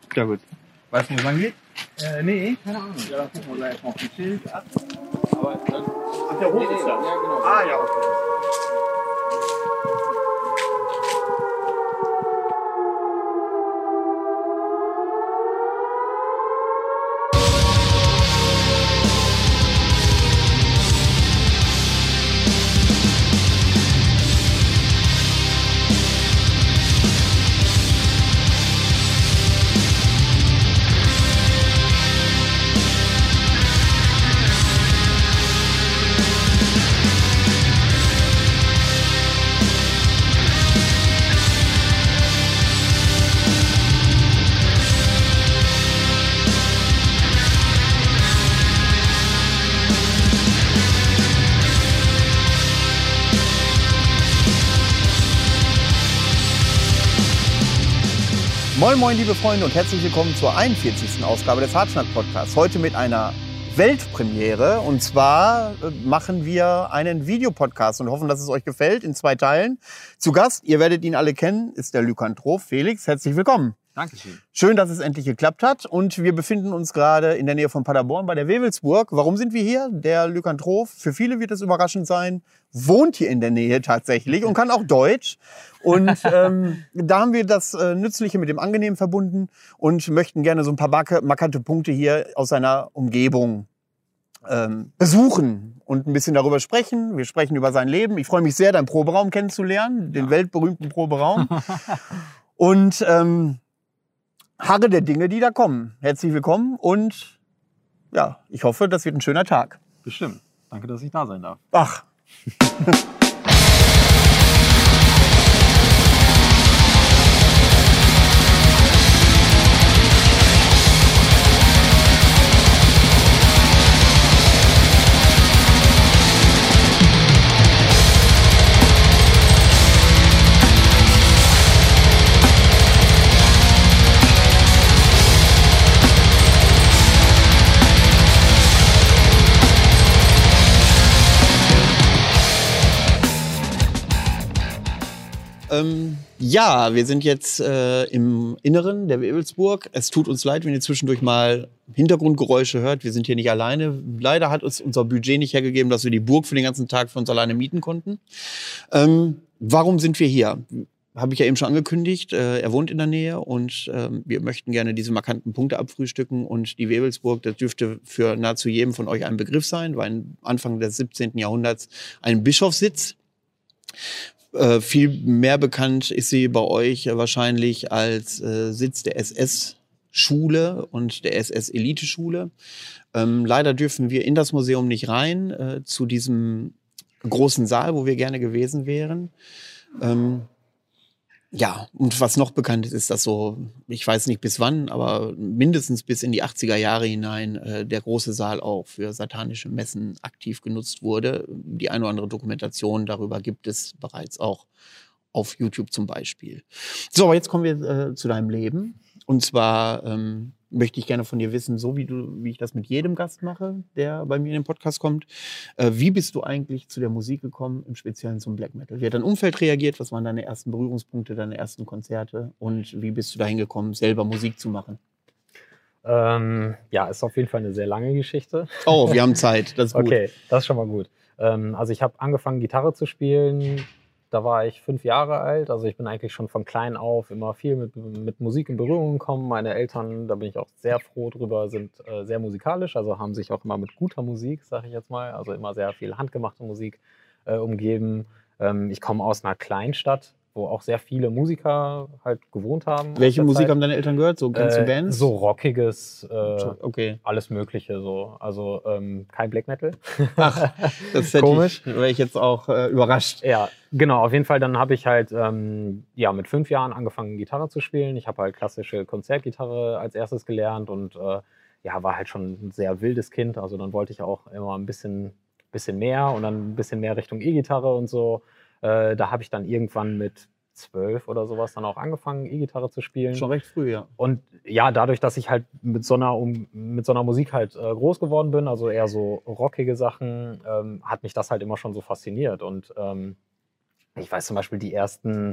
Ja gut. Weißt du, wo es lang geht? Nee, keine Ahnung. Ja, dann gucken wir gleich mal auf die Schild ab. Aber dann... Ach, der Hof ist da? Ja, genau. Ah, ja, okay. Moin Moin liebe Freunde und herzlich willkommen zur 41. Ausgabe des Hartschnack-Podcasts. Heute mit einer Weltpremiere, und zwar machen wir einen Videopodcast und hoffen, dass es euch gefällt, in 2 Teilen. Zu Gast, ihr werdet ihn alle kennen, ist der Lykantroph Felix. Herzlich willkommen. Dankeschön. Schön, dass es endlich geklappt hat, und wir befinden uns gerade in der Nähe von Paderborn bei der Wewelsburg. Warum sind wir hier? Der Lykantroph, für viele wird es überraschend sein, wohnt hier in der Nähe tatsächlich und kann auch Deutsch. Und da haben wir das Nützliche mit dem Angenehmen verbunden und möchten gerne so ein paar markante Punkte hier aus seiner Umgebung besuchen und ein bisschen darüber sprechen. Wir sprechen über sein Leben. Ich freue mich sehr, deinen Proberaum kennenzulernen, den weltberühmten Proberaum. Und harre der Dinge, die da kommen. Herzlich willkommen und ja, ich hoffe, das wird ein schöner Tag. Bestimmt. Danke, dass ich da sein darf. Ach. Ja, wir sind jetzt im Inneren der Wewelsburg. Es tut uns leid, wenn ihr zwischendurch mal Hintergrundgeräusche hört. Wir sind hier nicht alleine. Leider hat uns unser Budget nicht hergegeben, dass wir die Burg für den ganzen Tag für uns alleine mieten konnten. Warum sind wir hier? Habe ich ja eben schon angekündigt. Er wohnt in der Nähe und wir möchten gerne diese markanten Punkte abfrühstücken. Und die Wewelsburg, das dürfte für nahezu jedem von euch ein Begriff sein, war Anfang des 17. Jahrhunderts ein Bischofssitz. Viel mehr bekannt ist sie bei euch wahrscheinlich als Sitz der SS-Schule und der SS-Eliteschule. Leider dürfen wir in das Museum nicht rein, zu diesem großen Saal, wo wir gerne gewesen wären. Ja, und was noch bekannt ist, ist, dass so, ich weiß nicht bis wann, aber mindestens bis in die 80er Jahre hinein der große Saal auch für satanische Messen aktiv genutzt wurde. Die eine oder andere Dokumentation darüber gibt es bereits auch auf YouTube zum Beispiel. So, aber jetzt kommen wir zu deinem Leben. Und zwar möchte ich gerne von dir wissen, so wie ich das mit jedem Gast mache, der bei mir in den Podcast kommt. Wie bist du eigentlich zu der Musik gekommen, im Speziellen zum Black Metal? Wie hat dein Umfeld reagiert? Was waren deine ersten Berührungspunkte, deine ersten Konzerte? Und wie bist du dahin gekommen, selber Musik zu machen? Ja, ist auf jeden Fall eine sehr lange Geschichte. Oh, wir haben Zeit, das ist gut. Okay, das ist schon mal gut. Also ich habe angefangen, Gitarre zu spielen. Da war ich 5 Jahre alt, also ich bin eigentlich schon von klein auf immer viel mit Musik in Berührung gekommen. Meine Eltern, da bin ich auch sehr froh drüber, sind sehr musikalisch, also haben sich auch immer mit guter Musik, sage ich jetzt mal, also immer sehr viel handgemachte Musik umgeben. Ich komme aus einer Kleinstadt, wo auch sehr viele Musiker halt gewohnt haben. Welche Musik haben deine Eltern gehört? So kennst du Bands? So rockiges, okay. Alles Mögliche so. Also kein Black Metal. Ach, das hätte Komisch. Wäre ich jetzt auch überrascht. Ja, genau. Auf jeden Fall, dann habe ich halt ja, mit 5 Jahren angefangen, Gitarre zu spielen. Ich habe halt klassische Konzertgitarre als erstes gelernt und ja, war halt schon ein sehr wildes Kind. Also dann wollte ich auch immer ein bisschen mehr und dann ein bisschen mehr Richtung E-Gitarre und so. Da habe ich dann irgendwann mit 12 oder sowas dann auch angefangen, E-Gitarre zu spielen. Schon recht früh, ja. Und ja, dadurch, dass ich halt mit so einer Musik halt groß geworden bin, also eher so rockige Sachen, hat mich das halt immer schon so fasziniert. Und ich weiß zum Beispiel, die ersten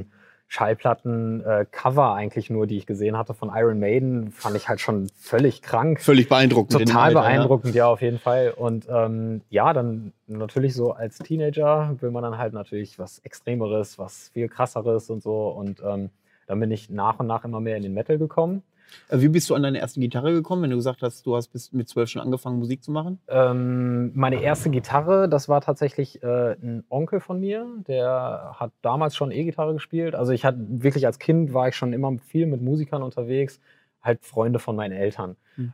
Schallplatten, Cover eigentlich nur, die ich gesehen hatte von Iron Maiden, fand ich halt schon völlig krank. Völlig beeindruckend. Total beeindruckend, ja, auf jeden Fall. Und ja, dann natürlich so als Teenager will man dann halt natürlich was Extremeres, was viel krasseres und so. Und dann bin ich nach und nach immer mehr in den Metal gekommen. Wie bist du an deine erste Gitarre gekommen, wenn du gesagt hast, du hast bis mit 12 schon angefangen, Musik zu machen? Meine erste Gitarre, das war tatsächlich ein Onkel von mir, der hat damals schon E-Gitarre gespielt. Also ich hatte wirklich als Kind war ich schon immer viel mit Musikern unterwegs, halt Freunde von meinen Eltern.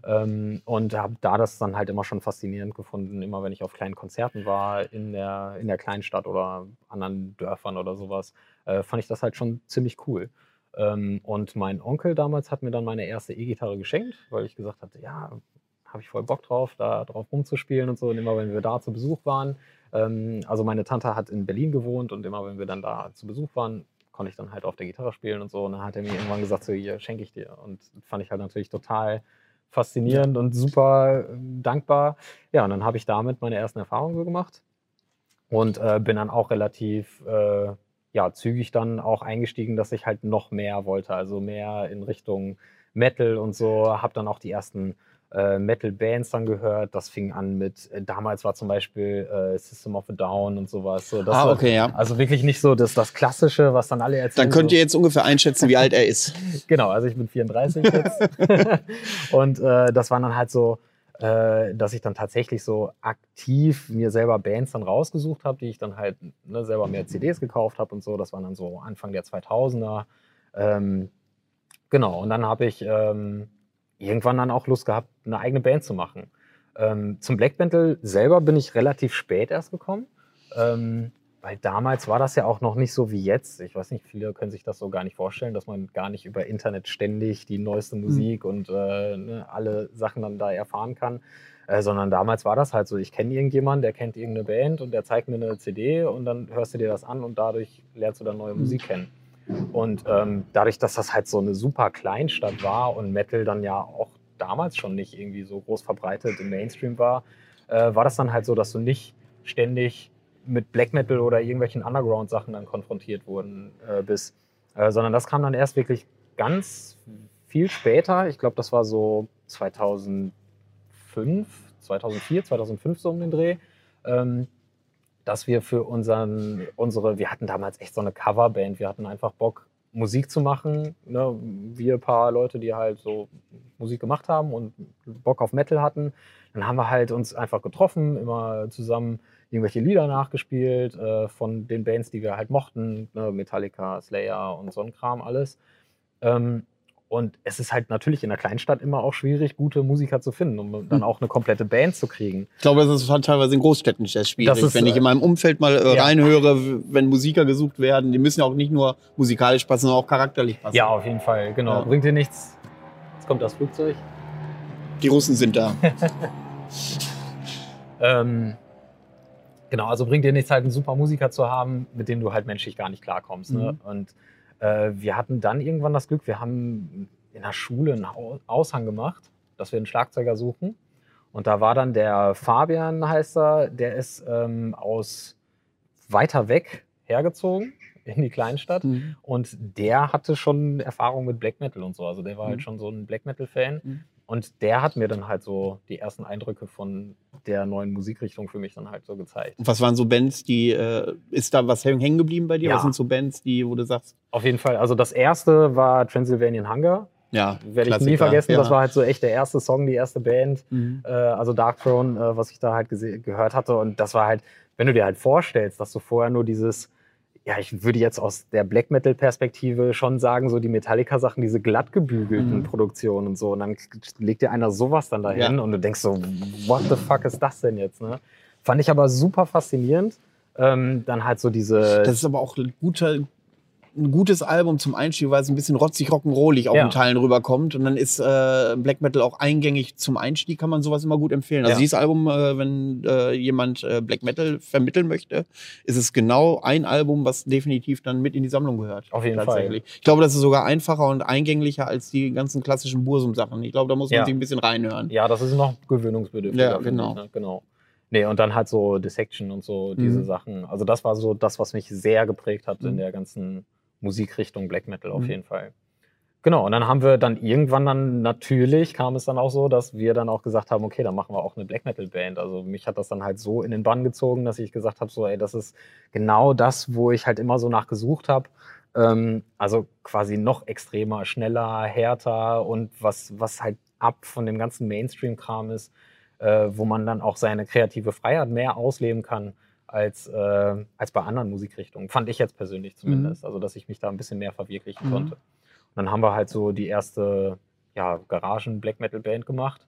Und habe da das dann halt immer schon faszinierend gefunden, immer wenn ich auf kleinen Konzerten war in der Kleinstadt oder anderen Dörfern oder sowas, fand ich das halt schon ziemlich cool. Und mein Onkel damals hat mir dann meine erste E-Gitarre geschenkt, weil ich gesagt hatte, ja, habe ich voll Bock drauf, da drauf rumzuspielen und so. Und immer wenn wir da zu Besuch waren, also meine Tante hat in Berlin gewohnt und immer wenn wir dann da zu Besuch waren, konnte ich dann halt auf der Gitarre spielen und so. Und dann hat er mir irgendwann gesagt, so hier schenke ich dir. Und fand ich halt natürlich total faszinierend und super dankbar. Ja, und dann habe ich damit meine ersten Erfahrungen so gemacht und bin dann auch relativ zügig dann auch eingestiegen, dass ich halt noch mehr wollte, also mehr in Richtung Metal und so. Habe dann auch die ersten Metal-Bands dann gehört. Das fing an mit, damals war zum Beispiel System of a Down und sowas. So, das okay, ja. Also wirklich nicht so das Klassische, was dann alle erzählen. Dann könnt ihr jetzt ungefähr einschätzen, wie alt er ist. Genau, also ich bin 34 jetzt. Und das waren dann halt so, dass ich dann tatsächlich so aktiv mir selber Bands dann rausgesucht habe, die ich dann halt selber mehr CDs gekauft habe und so. Das waren dann so Anfang der 2000er. Genau, und dann habe ich irgendwann dann auch Lust gehabt, eine eigene Band zu machen. Zum Black Metal selber bin ich relativ spät erst gekommen, weil damals war das ja auch noch nicht so wie jetzt. Ich weiß nicht, viele können sich das so gar nicht vorstellen, dass man gar nicht über Internet ständig die neueste Musik und alle Sachen dann da erfahren kann. Sondern damals war das halt so, ich kenne irgendjemanden, der kennt irgendeine Band und der zeigt mir eine CD und dann hörst du dir das an und dadurch lernst du dann neue Musik kennen. Und dadurch, dass das halt so eine super Kleinstadt war und Metal dann ja auch damals schon nicht irgendwie so groß verbreitet im Mainstream war, war das dann halt so, dass du nicht ständig mit Black Metal oder irgendwelchen Underground-Sachen dann konfrontiert bist. Sondern das kam dann erst wirklich ganz viel später. Ich glaube, das war so 2004, 2005 so um den Dreh. Dass wir für wir hatten damals echt so eine Coverband, wir hatten einfach Bock, Musik zu machen. Ne? Wir ein paar Leute, die halt so Musik gemacht haben und Bock auf Metal hatten. Dann haben wir halt uns einfach getroffen, immer zusammen irgendwelche Lieder nachgespielt von den Bands, die wir halt mochten. Ne? Metallica, Slayer und so ein Kram alles. Und es ist halt natürlich in der Kleinstadt immer auch schwierig, gute Musiker zu finden, um dann auch eine komplette Band zu kriegen. Ich glaube, das ist teilweise in Großstädten sehr schwierig. Wenn ich in meinem Umfeld mal reinhöre, wenn Musiker gesucht werden, die müssen ja auch nicht nur musikalisch passen, sondern auch charakterlich passen. Ja, auf jeden Fall, genau. Ja. Bringt dir nichts. Jetzt kommt das Flugzeug. Die Russen sind da. Genau, also bringt dir nichts, halt einen super Musiker zu haben, mit dem du halt menschlich gar nicht klarkommst. Ne? Und wir hatten dann irgendwann das Glück, wir haben in der Schule einen Aushang gemacht, dass wir einen Schlagzeuger suchen. Und da war dann der Fabian, heißt er, der ist aus weiter weg hergezogen in die Kleinstadt. Und der hatte schon Erfahrung mit Black Metal und so. Also der war halt schon so ein Black Metal-Fan. Und der hat mir dann halt so die ersten Eindrücke von der neuen Musikrichtung für mich dann halt so gezeigt. Und was waren so Bands, ist da was hängen geblieben bei dir? Ja. Was sind so Bands, wo du sagst? Auf jeden Fall. Also das erste war Transylvanian Hunger. Ja, werde ich nie vergessen. Ja. Das war halt so echt der erste Song, die erste Band. Also Dark Throne, was ich da halt gehört hatte. Und das war halt, wenn du dir halt vorstellst, dass du vorher nur dieses, ja, ich würde jetzt aus der Black Metal-Perspektive schon sagen, so die Metallica-Sachen, diese glatt gebügelten Produktionen und so. Und dann legt dir einer sowas dann dahin und du denkst so, what the fuck ist das denn jetzt? Ne? Fand ich aber super faszinierend. Dann halt so diese... Das ist aber auch ein gutes Album zum Einstieg, weil es ein bisschen rotzig rock'n'rollig auf den Teilen rüberkommt. Und dann ist Black Metal auch eingängig zum Einstieg, kann man sowas immer gut empfehlen. Also dieses Album, wenn jemand Black Metal vermitteln möchte, ist es genau ein Album, was definitiv dann mit in die Sammlung gehört. Auf jeden Fall. Ich glaube, das ist sogar einfacher und eingänglicher als die ganzen klassischen Bursum-Sachen. Ich glaube, da muss man sich ein bisschen reinhören. Ja, das ist noch gewöhnungsbedürftig. Ja, genau. Ne? Genau. Nee, und dann halt so Dissection und so diese Sachen. Also das war so das, was mich sehr geprägt hat in der ganzen Musikrichtung Black Metal auf jeden Fall. Genau, und dann haben wir dann irgendwann kam es dann auch so, dass wir dann auch gesagt haben, okay, dann machen wir auch eine Black Metal Band. Also mich hat das dann halt so in den Bann gezogen, dass ich gesagt habe, so ey, das ist genau das, wo ich halt immer so nachgesucht habe. Also quasi noch extremer, schneller, härter und was halt ab von dem ganzen Mainstream-Kram ist, wo man dann auch seine kreative Freiheit mehr ausleben kann als bei anderen Musikrichtungen. Fand ich jetzt persönlich zumindest. Also dass ich mich da ein bisschen mehr verwirklichen konnte. Und dann haben wir halt so die erste Garagen-Black-Metal-Band gemacht.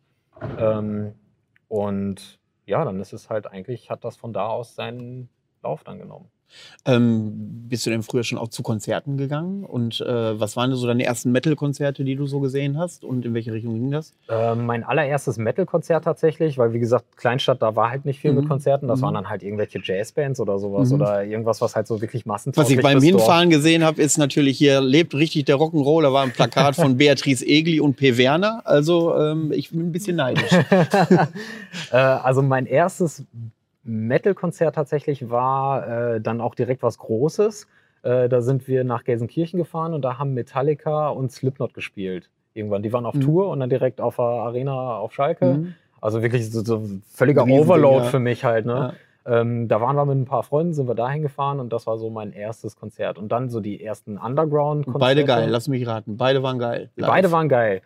Und ja, dann ist es halt eigentlich, hat das von da aus seinen Lauf dann genommen. Bist du denn früher schon auch zu Konzerten gegangen? Und was waren so deine ersten Metal-Konzerte, die du so gesehen hast? Und in welche Richtung ging das? Mein allererstes Metal-Konzert tatsächlich, weil wie gesagt, Kleinstadt, da war halt nicht viel mit Konzerten. Das waren dann halt irgendwelche Jazzbands oder sowas oder irgendwas, was halt so wirklich massentauglich Was ich beim Hinfahren gesehen habe, ist natürlich, hier lebt richtig der Rock'n'Roll. Da war ein Plakat von Beatrice Egli und P. Werner. Also ich bin ein bisschen neidisch. Also mein erstes Metal-Konzert tatsächlich war dann auch direkt was Großes. Da sind wir nach Gelsenkirchen gefahren und da haben Metallica und Slipknot gespielt. Irgendwann. Die waren auf Tour und dann direkt auf der Arena auf Schalke. Also wirklich so völliger Overload für mich halt. Ne? Ja. Da waren wir mit ein paar Freunden, sind wir dahin gefahren und das war so mein erstes Konzert. Und dann so die ersten Underground-Konzerte. Beide geil, lass mich raten. Beide waren geil. Beide waren geil.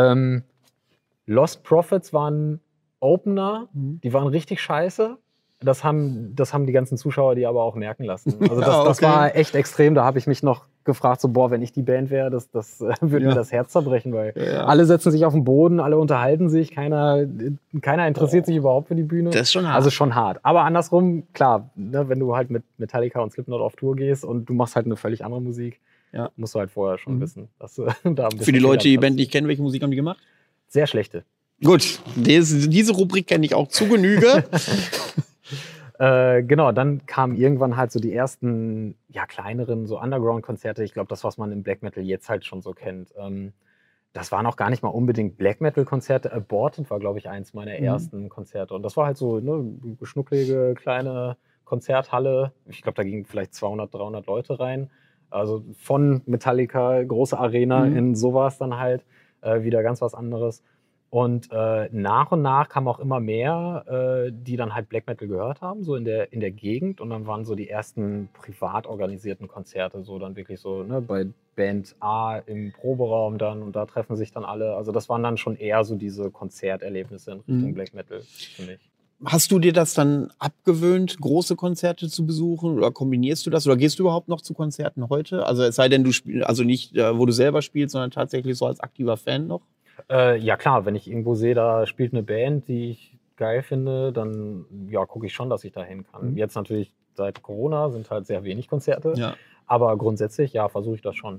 Lost Prophets waren Opener, die waren richtig scheiße. Das haben die ganzen Zuschauer die aber auch merken lassen. Also das war echt extrem. Da habe ich mich noch gefragt, so boah, wenn ich die Band wäre, das würde mir das Herz zerbrechen, weil alle setzen sich auf den Boden, alle unterhalten sich, keiner interessiert sich überhaupt für die Bühne. Das ist schon hart. Also schon hart. Aber andersrum, klar, ne, wenn du halt mit Metallica und Slipknot auf Tour gehst und du machst halt eine völlig andere Musik, musst du halt vorher schon wissen, dass da ein bisschen für die Leute, die Band nicht kennen, welche Musik haben die gemacht? Sehr schlechte. Gut, diese Rubrik kenne ich auch zu Genüge. Genau, dann kamen irgendwann halt so die ersten, kleineren, so Underground-Konzerte. Ich glaube, das, was man im Black Metal jetzt halt schon so kennt. Das waren auch gar nicht mal unbedingt Black Metal-Konzerte. Aborted war, glaube ich, eins meiner ersten Konzerte. Und das war halt so eine schnucklige, kleine Konzerthalle. Ich glaube, da gingen vielleicht 200, 300 Leute rein. Also von Metallica, große Arena, in sowas dann halt wieder ganz was anderes. Und nach und nach kamen auch immer mehr, die dann halt Black Metal gehört haben, so in der Gegend. Und dann waren so die ersten privat organisierten Konzerte, so dann wirklich so bei Band A im Proberaum dann. Und da treffen sich dann alle. Also das waren dann schon eher so diese Konzerterlebnisse in Richtung Black Metal für mich. Hast du dir das dann abgewöhnt, große Konzerte zu besuchen? Oder kombinierst du das? Oder gehst du überhaupt noch zu Konzerten heute? Also es sei denn, du spielst, also nicht, wo du selber spielst, sondern tatsächlich so als aktiver Fan noch? Ja klar, wenn ich irgendwo sehe, da spielt eine Band, die ich geil finde, dann gucke ich schon, dass ich da hin kann. Jetzt natürlich seit Corona sind halt sehr wenig Konzerte, aber grundsätzlich versuche ich das schon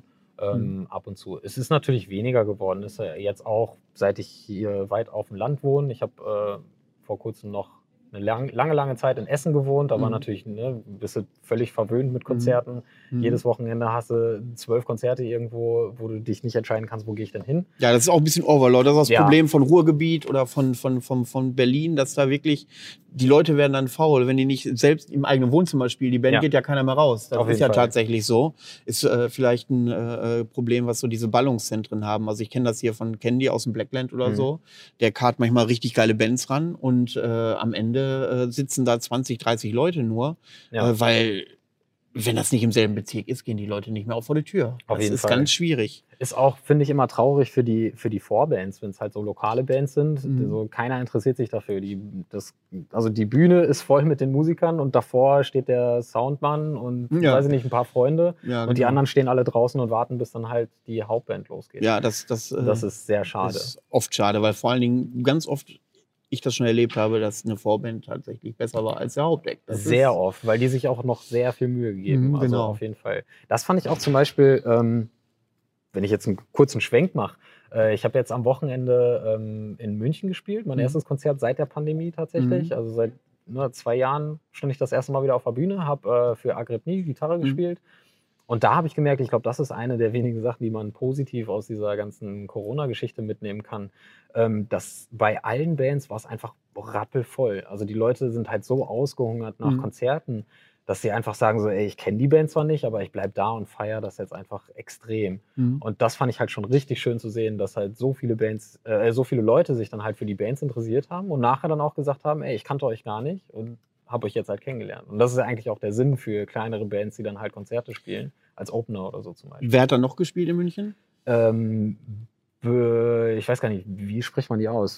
ab und zu. Es ist natürlich weniger geworden, ist ja jetzt auch, seit ich hier weit auf dem Land wohne. Ich habe vor kurzem noch eine lange Zeit in Essen gewohnt. Da war natürlich, bist du völlig verwöhnt mit Konzerten. Jedes Wochenende hast du 12 Konzerte irgendwo, wo du dich nicht entscheiden kannst, wo gehe ich denn hin. Ja, das ist auch ein bisschen Overload. Das ist das Problem von Ruhrgebiet oder von Berlin, dass da wirklich, die Leute werden dann faul, wenn die nicht selbst im eigenen Wohnzimmer spielen. Die Band geht ja keiner mehr raus. Das ist ja tatsächlich so. Ist vielleicht ein Problem, was so diese Ballungszentren haben. Also ich kenne das hier von Candy aus dem Blackland oder so. Der karrt manchmal richtig geile Bands ran und am Ende sitzen da 20, 30 Leute nur, weil wenn das nicht im selben Bezirk ist, gehen die Leute nicht mehr auf vor die Tür. Das ist ganz schwierig. Ist auch, finde ich, immer traurig für die Vorbands, wenn es halt so lokale Bands sind. So, keiner interessiert sich dafür. Also die Bühne ist voll mit den Musikern und davor steht der Soundmann und weiß ich nicht, ein paar Freunde. Ja, und die anderen stehen alle draußen und warten, bis dann halt die Hauptband losgeht. Ja, das ist sehr schade. Das ist oft schade, weil vor allen Dingen ganz oft ich das schon erlebt habe, dass eine Vorband tatsächlich besser war als der Hauptact. Sehr oft, weil die sich auch noch sehr viel Mühe gegeben haben. Also auf jeden Fall. Das fand ich auch zum Beispiel, wenn ich jetzt einen kurzen Schwenk mache, ich habe jetzt am Wochenende in München gespielt, mein erstes Konzert seit der Pandemie tatsächlich. Also seit 2 Jahren stand ich das erste Mal wieder auf der Bühne, habe für Agrippni Gitarre gespielt. Und da habe ich gemerkt, ich glaube, das ist eine der wenigen Sachen, die man positiv aus dieser ganzen Corona-Geschichte mitnehmen kann, dass bei allen Bands war es einfach rappelvoll. Also die Leute sind halt so ausgehungert nach Konzerten. dass sie einfach sagen so, ey, ich kenne die Band zwar nicht, aber ich bleib da und feiere das jetzt einfach extrem. Und das fand ich halt schon richtig schön zu sehen, dass halt so viele Bands, so viele Leute sich dann halt für die Bands interessiert haben und nachher dann auch gesagt haben, ey, ich kannte euch gar nicht und habe euch jetzt halt kennengelernt. Und das ist ja eigentlich auch der Sinn für kleinere Bands, die dann halt Konzerte spielen, als Opener oder so zum Beispiel. Wer hat da noch gespielt in München? Ich weiß gar nicht, wie spricht man die aus?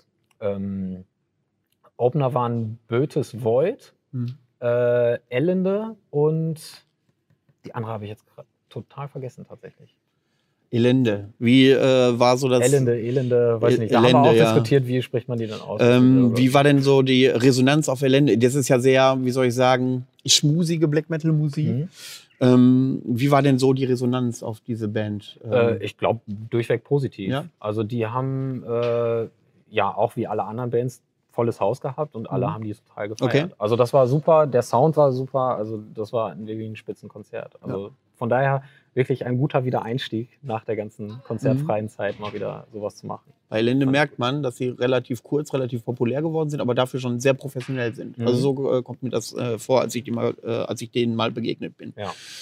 Opener waren Bötes Void, Elende und die andere habe ich jetzt total vergessen tatsächlich. Elende. Wie war so das... Elende, weiß nicht. Da haben wir auch diskutiert, wie spricht man die dann aus? Wie war denn so die Resonanz auf Elende? Das ist ja sehr, wie soll ich sagen, schmusige Black Metal Musik. Wie war denn so die Resonanz auf diese Band? Ich glaube, durchweg positiv. Ja? Also die haben ja auch wie alle anderen Bands volles Haus gehabt und alle haben die total gefeiert. Okay. Also das war super, der Sound war super, also das war wirklich ein Spitzenkonzert. Also von daher wirklich ein guter Wiedereinstieg nach der ganzen konzertfreien Zeit mal wieder sowas zu machen. Bei Elende merkt man, dass sie relativ kurz, relativ populär geworden sind, aber dafür schon sehr professionell sind. Also so kommt mir das vor, als ich denen mal begegnet bin.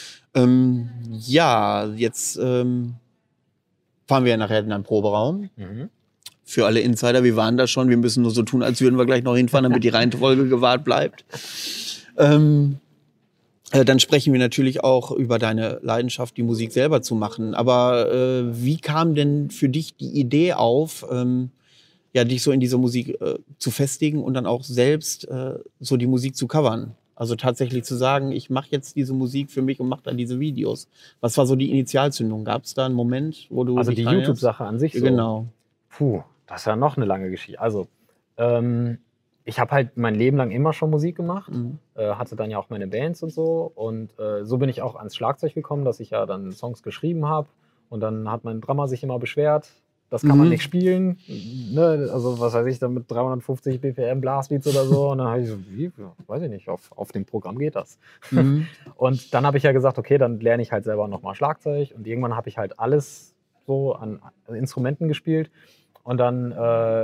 Ja, Jetzt fahren wir ja nachher in einen Proberaum. Für alle Insider, wir waren da schon. Wir müssen nur so tun, als würden wir gleich noch hinfahren, damit die Reihenfolge gewahrt bleibt. Dann sprechen wir natürlich auch über deine Leidenschaft, die Musik selber zu machen. Aber wie kam denn für dich die Idee auf, dich so in dieser Musik zu festigen und dann auch selbst so die Musik zu covern? Also tatsächlich zu sagen, ich mache jetzt diese Musik für mich und mache dann diese Videos. Was war so die Initialzündung? Gab es da einen Moment, wo du... Also die YouTube-Sache an sich so? Genau. Puh, das ist ja noch eine lange Geschichte. Also, ich habe halt mein Leben lang immer schon Musik gemacht, hatte dann ja auch meine Bands und so. Und so bin ich auch ans Schlagzeug gekommen, dass ich ja dann Songs geschrieben habe. Und dann hat mein Drummer sich immer beschwert, das kann man nicht spielen. Ne? Also, was weiß ich, dann mit 350 BPM Blastbeats oder so. Und dann habe ich so, wie? Weiß ich nicht, auf dem Programm geht das. Und dann habe ich ja gesagt, okay, dann lerne ich halt selber nochmal Schlagzeug. Und irgendwann habe ich halt alles so an Instrumenten gespielt. Und dann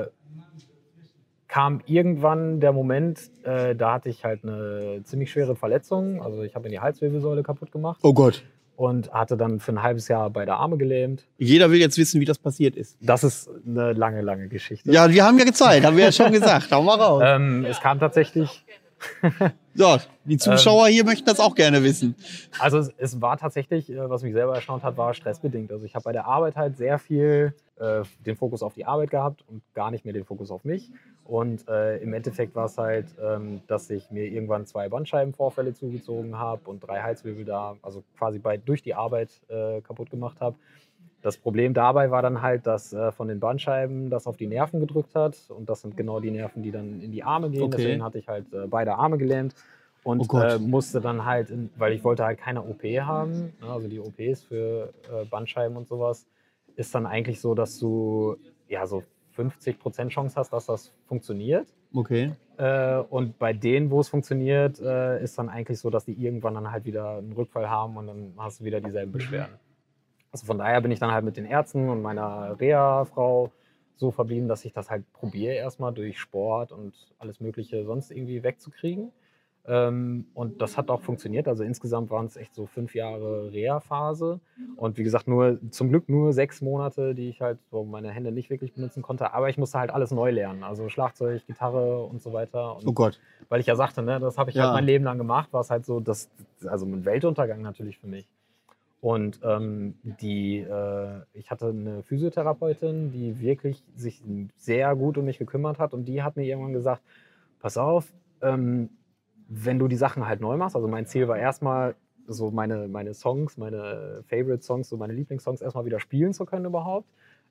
kam irgendwann der Moment, da hatte ich halt eine ziemlich schwere Verletzung. Also ich habe mir die Halswirbelsäule kaputt gemacht. Oh Gott. Und hatte dann für ein halbes Jahr beide Arme gelähmt. Jeder will jetzt wissen, wie das passiert ist. Das ist eine lange, lange Geschichte. Ja, wir haben ja gezeigt, haben wir ja schon gesagt. Hau mal raus. Es kam tatsächlich... So, die Zuschauer hier möchten das auch gerne wissen. Also es war tatsächlich, was mich selber erstaunt hat, war stressbedingt. Also ich habe bei der Arbeit halt sehr viel den Fokus auf die Arbeit gehabt und gar nicht mehr den Fokus auf mich. Und im Endeffekt war es halt, dass ich mir irgendwann 2 Bandscheibenvorfälle zugezogen habe und 3 Halswirbel da, also quasi durch die Arbeit kaputt gemacht habe. Das Problem dabei war dann halt, dass von den Bandscheiben das auf die Nerven gedrückt hat. Und das sind genau die Nerven, die dann in die Arme gehen. Okay. Deswegen hatte ich halt beide Arme gelähmt. Und musste dann halt, weil ich wollte halt keine OP haben, also die OPs für Bandscheiben und sowas, ist dann eigentlich so, dass du ja so 50% Chance hast, dass das funktioniert. Okay. Und bei denen, wo es funktioniert, ist dann eigentlich so, dass die irgendwann dann halt wieder einen Rückfall haben und dann hast du wieder dieselben Beschwerden. Also von daher bin ich dann halt mit den Ärzten und meiner Reha-Frau so verblieben, dass ich das halt probiere erstmal durch Sport und alles Mögliche sonst irgendwie wegzukriegen. Und das hat auch funktioniert. Also insgesamt waren es echt so 5 Jahre Reha-Phase. Und wie gesagt, zum Glück nur 6 Monate, die ich halt so meine Hände nicht wirklich benutzen konnte. Aber ich musste halt alles neu lernen. Also Schlagzeug, Gitarre und so weiter. Und oh Gott. Weil ich ja sagte, ne, das habe ich halt mein Leben lang gemacht, war es halt so, also ein Weltuntergang natürlich für mich. Und ich hatte eine Physiotherapeutin, die wirklich sich sehr gut um mich gekümmert hat. Und die hat mir irgendwann gesagt, pass auf, wenn du die Sachen halt neu machst, also mein Ziel war erstmal, so meine Songs, meine Favorite Songs, so meine Lieblingssongs erstmal wieder spielen zu können überhaupt.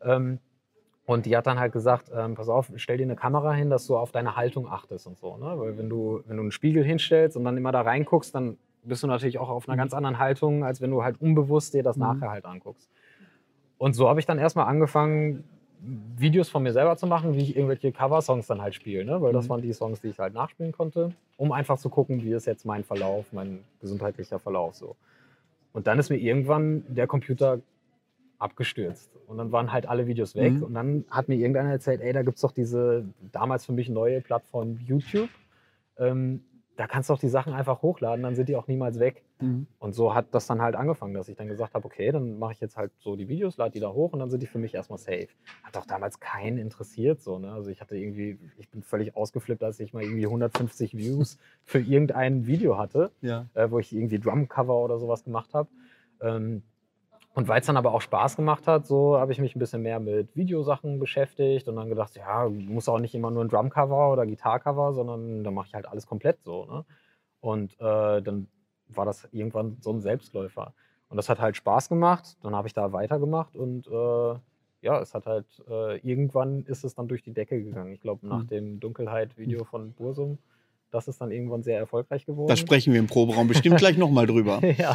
Und die hat dann halt gesagt, pass auf, stell dir eine Kamera hin, dass du auf deine Haltung achtest und so. Ne? Weil wenn du einen Spiegel hinstellst und dann immer da reinguckst, dann bist du natürlich auch auf einer ganz anderen Haltung, als wenn du halt unbewusst dir das nachher halt anguckst. Und so habe ich dann erstmal angefangen, Videos von mir selber zu machen, wie ich irgendwelche Cover-Songs dann halt spiele, ne? Weil das waren die Songs, die ich halt nachspielen konnte, um einfach zu gucken, wie ist jetzt mein Verlauf, mein gesundheitlicher Verlauf so. Und dann ist mir irgendwann der Computer abgestürzt und dann waren halt alle Videos weg und dann hat mir irgendeiner erzählt, ey, da gibt's doch diese damals für mich neue Plattform YouTube, da kannst du auch die Sachen einfach hochladen, dann sind die auch niemals weg. Mhm. Und so hat das dann halt angefangen, dass ich dann gesagt habe, okay, dann mache ich jetzt halt so die Videos, lade die da hoch und dann sind die für mich erstmal safe. Hat auch damals keinen interessiert, so, ne? Also ich bin völlig ausgeflippt, als ich mal irgendwie 150 Views für irgendein Video hatte, Ja. Wo ich irgendwie Drumcover oder sowas gemacht habe. Und weil es dann aber auch Spaß gemacht hat, so habe ich mich ein bisschen mehr mit Videosachen beschäftigt und dann gedacht, ja, muss auch nicht immer nur ein Drumcover oder Gitarcover, sondern dann mache ich halt alles komplett so, ne? Und dann war das irgendwann so ein Selbstläufer. Und das hat halt Spaß gemacht, dann habe ich da weitergemacht und ja, es hat halt, irgendwann ist es dann durch die Decke gegangen. Ich glaube, nach dem Dunkelheit-Video von Bursum, das ist dann irgendwann sehr erfolgreich geworden. Da sprechen wir im Proberaum bestimmt gleich nochmal drüber. Ja.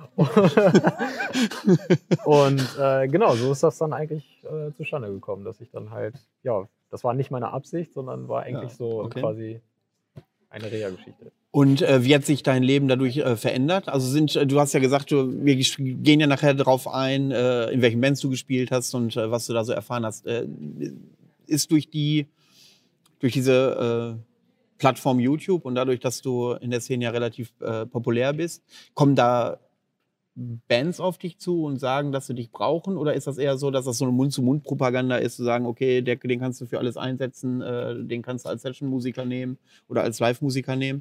Und genau, so ist das dann eigentlich zustande gekommen, dass ich dann halt, ja, das war nicht meine Absicht, sondern war eigentlich quasi eine Reha-Geschichte. Und wie hat sich dein Leben dadurch verändert? Also du hast ja gesagt, wir gehen ja nachher drauf ein, in welchen Bands du gespielt hast und was du da so erfahren hast. Ist durch diese Plattform YouTube und dadurch, dass du in der Szene ja relativ populär bist, kommen da Bands auf dich zu und sagen, dass sie dich brauchen? Oder ist das eher so, dass das so eine Mund-zu-Mund-Propaganda ist, zu sagen, okay, den kannst du für alles einsetzen, den kannst du als Session-Musiker nehmen oder als Live-Musiker nehmen?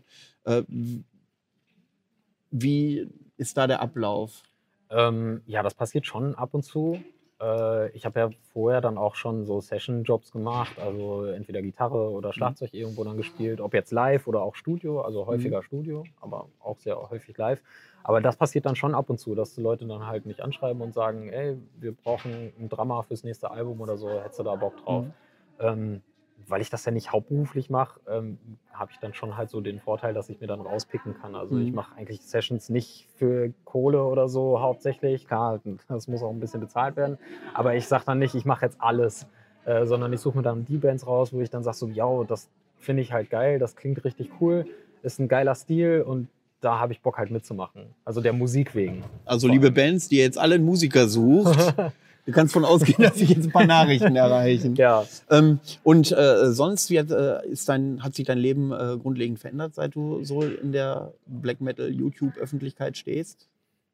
Wie ist da der Ablauf? Ja, das passiert schon ab und zu. Ich habe ja vorher dann auch schon so Session-Jobs gemacht, also entweder Gitarre oder Schlagzeug irgendwo dann gespielt, ob jetzt live oder auch Studio, also häufiger Studio, aber auch sehr häufig live. Aber das passiert dann schon ab und zu, dass die Leute dann halt mich anschreiben und sagen, ey, wir brauchen einen Drummer fürs nächste Album oder so, hättest du da Bock drauf? Weil ich das ja nicht hauptberuflich mache, habe ich dann schon halt so den Vorteil, dass ich mir dann rauspicken kann. Also ich mache eigentlich Sessions nicht für Kohle oder so hauptsächlich. Klar, das muss auch ein bisschen bezahlt werden. Aber ich sage dann nicht, ich mache jetzt alles, sondern ich suche mir dann die Bands raus, wo ich dann sage so, ja, das finde ich halt geil, das klingt richtig cool, ist ein geiler Stil und da habe ich Bock halt mitzumachen. Also der Musik wegen. Also liebe Bands, die jetzt alle einen Musiker sucht, du kannst davon ausgehen, dass sich jetzt ein paar Nachrichten erreichen. Ja. Sonst hat sich dein Leben grundlegend verändert, seit du so in der Black Metal YouTube-Öffentlichkeit stehst?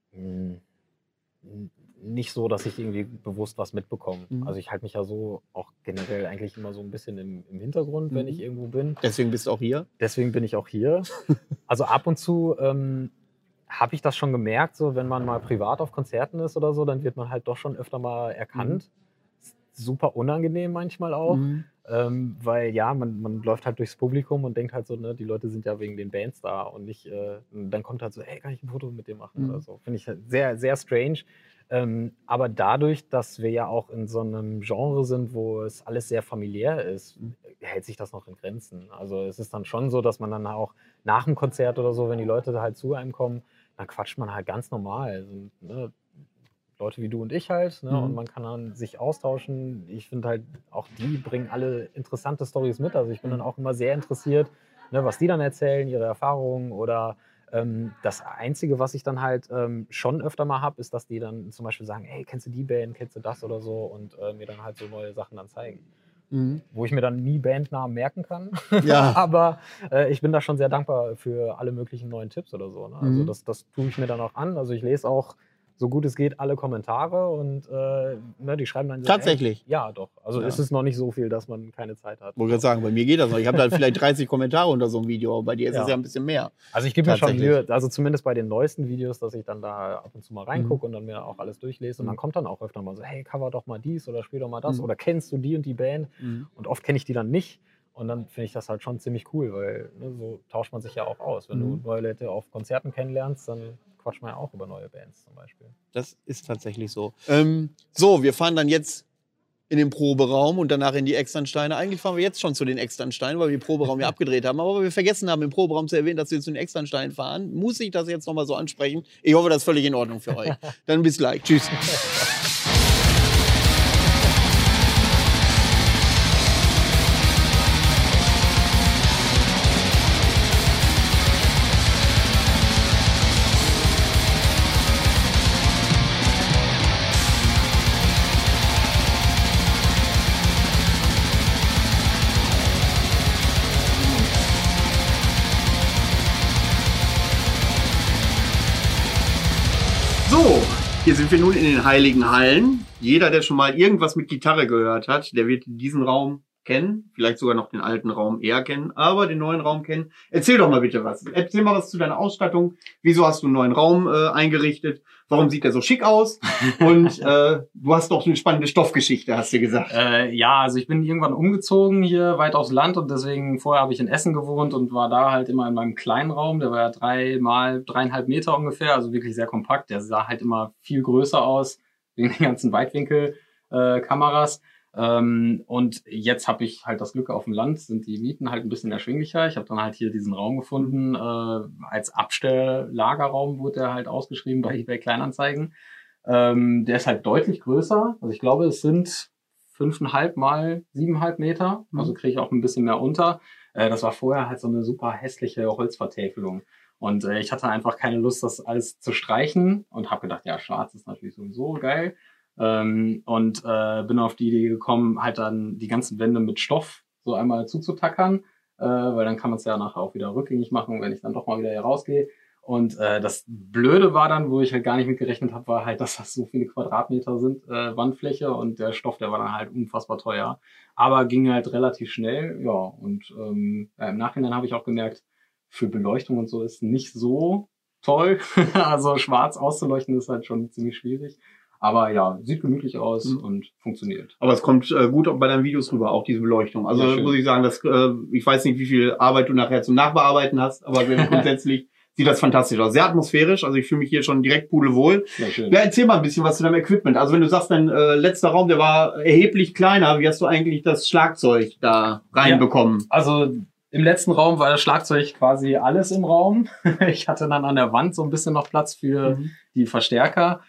Nicht so, dass ich irgendwie bewusst was mitbekomme. Also ich halte mich ja so auch generell eigentlich immer so ein bisschen im Hintergrund, wenn ich irgendwo bin. Deswegen bist du auch hier? Deswegen bin ich auch hier. Also ab und zu habe ich das schon gemerkt, so wenn man mal privat auf Konzerten ist oder so, dann wird man halt doch schon öfter mal erkannt. Super unangenehm manchmal auch, weil ja, man läuft halt durchs Publikum und denkt halt so, ne, die Leute sind ja wegen den Bands da und nicht, dann kommt halt so, hey, kann ich ein Foto mit dir machen oder so. Finde ich halt sehr, sehr strange. Aber dadurch, dass wir ja auch in so einem Genre sind, wo es alles sehr familiär ist, hält sich das noch in Grenzen. Also es ist dann schon so, dass man dann auch nach dem Konzert oder so, wenn die Leute halt zu einem kommen, dann quatscht man halt ganz normal. Also, ne, Leute wie du und ich halt, ne? Und man kann dann sich austauschen. Ich finde halt, auch die bringen alle interessante Storys mit. Also ich bin dann auch immer sehr interessiert, ne, was die dann erzählen, ihre Erfahrungen oder das Einzige, was ich dann halt schon öfter mal habe, ist, dass die dann zum Beispiel sagen, hey, kennst du die Band, kennst du das oder so und mir dann halt so neue Sachen dann zeigen. Wo ich mir dann nie Bandnamen merken kann. Ja. Aber ich bin da schon sehr dankbar für alle möglichen neuen Tipps oder so. Ne? Also das tue ich mir dann auch an. Also ich lese auch, so gut es geht, alle Kommentare und ne, die schreiben dann so. Tatsächlich? Ey, ja, doch. Also es ist noch nicht so viel, dass man keine Zeit hat. Ich wollte gerade sagen, bei mir geht das noch. Ich habe da vielleicht 30 Kommentare unter so einem Video, aber bei dir ist es ja ein bisschen mehr. Also ich gebe mir schon Mühe, also zumindest bei den neuesten Videos, dass ich dann da ab und zu mal reingucke und dann mir auch alles durchlese. Und dann kommt dann auch öfter mal so, hey, cover doch mal dies oder spiel doch mal das oder kennst du die und die Band? Und oft kenne ich die dann nicht. Und dann finde ich das halt schon ziemlich cool, weil ne, so tauscht man sich ja auch aus. Wenn du neue Leute auf Konzerten kennenlernst, dann quatscht man ja auch über neue Bands zum Beispiel. Das ist tatsächlich so. So, wir fahren dann jetzt in den Proberaum und danach in die Externsteine. Eigentlich fahren wir jetzt schon zu den Externsteinen, weil wir den Proberaum ja abgedreht haben. Aber wir vergessen haben, im Proberaum zu erwähnen, dass wir zu den Externsteinen fahren. Muss ich das jetzt nochmal so ansprechen? Ich hoffe, das ist völlig in Ordnung für euch. Dann bis gleich. Tschüss. Hier sind wir nun in den Heiligen Hallen. Jeder, der schon mal irgendwas mit Gitarre gehört hat, der wird diesen Raum kennen. Vielleicht sogar noch den alten Raum eher kennen, aber den neuen Raum kennen. Erzähl doch mal bitte was. Erzähl mal was zu deiner Ausstattung. Wieso hast du einen neuen Raum eingerichtet? Warum sieht der so schick aus? Und du hast doch eine spannende Stoffgeschichte, hast du gesagt. Ja, also ich bin irgendwann umgezogen hier weit aufs Land und deswegen vorher habe ich in Essen gewohnt und war da halt immer in meinem kleinen Raum. Der war ja 3 mal 3,5 Meter ungefähr, also wirklich sehr kompakt. Der sah halt immer viel größer aus wegen den ganzen Weitwinkel-Kameras. Und jetzt habe ich halt das Glück, auf dem Land sind die Mieten halt ein bisschen erschwinglicher. Ich habe dann halt hier diesen Raum gefunden, als Abstelllagerraum wurde der halt ausgeschrieben bei eBay Kleinanzeigen. Der ist halt deutlich größer, also ich glaube es sind 5,5 mal 7,5 Meter, also kriege ich auch ein bisschen mehr unter. Das war vorher halt so eine super hässliche Holzvertäfelung. Und ich hatte einfach keine Lust, das alles zu streichen und habe gedacht, ja, schwarz ist natürlich sowieso geil. Und bin auf die Idee gekommen, halt dann die ganzen Wände mit Stoff so einmal zuzutackern, weil dann kann man es ja nachher auch wieder rückgängig machen, wenn ich dann doch mal wieder hier rausgehe. Und das Blöde war dann, wo ich halt gar nicht mit gerechnet habe, war halt, dass das so viele Quadratmeter sind, Wandfläche, und der Stoff, der war dann halt unfassbar teuer. Aber ging halt relativ schnell, ja. Und im Nachhinein habe ich auch gemerkt, für Beleuchtung und so ist nicht so toll. Also schwarz auszuleuchten ist halt schon ziemlich schwierig. Aber ja, sieht gemütlich aus und funktioniert. Aber es kommt gut auch bei deinen Videos rüber, auch diese Beleuchtung. Also Ja, muss ich sagen, dass, ich weiß nicht, wie viel Arbeit du nachher zum Nachbearbeiten hast, aber grundsätzlich sieht das fantastisch aus. Sehr atmosphärisch, also ich fühle mich hier schon direkt pudelwohl. Ja, schön. Ja, erzähl mal ein bisschen was zu deinem Equipment. Also wenn du sagst, dein letzter Raum, der war erheblich kleiner, wie hast du eigentlich das Schlagzeug da reinbekommen? Also im letzten Raum war das Schlagzeug quasi alles im Raum. Ich hatte dann an der Wand so ein bisschen noch Platz für die Verstärker.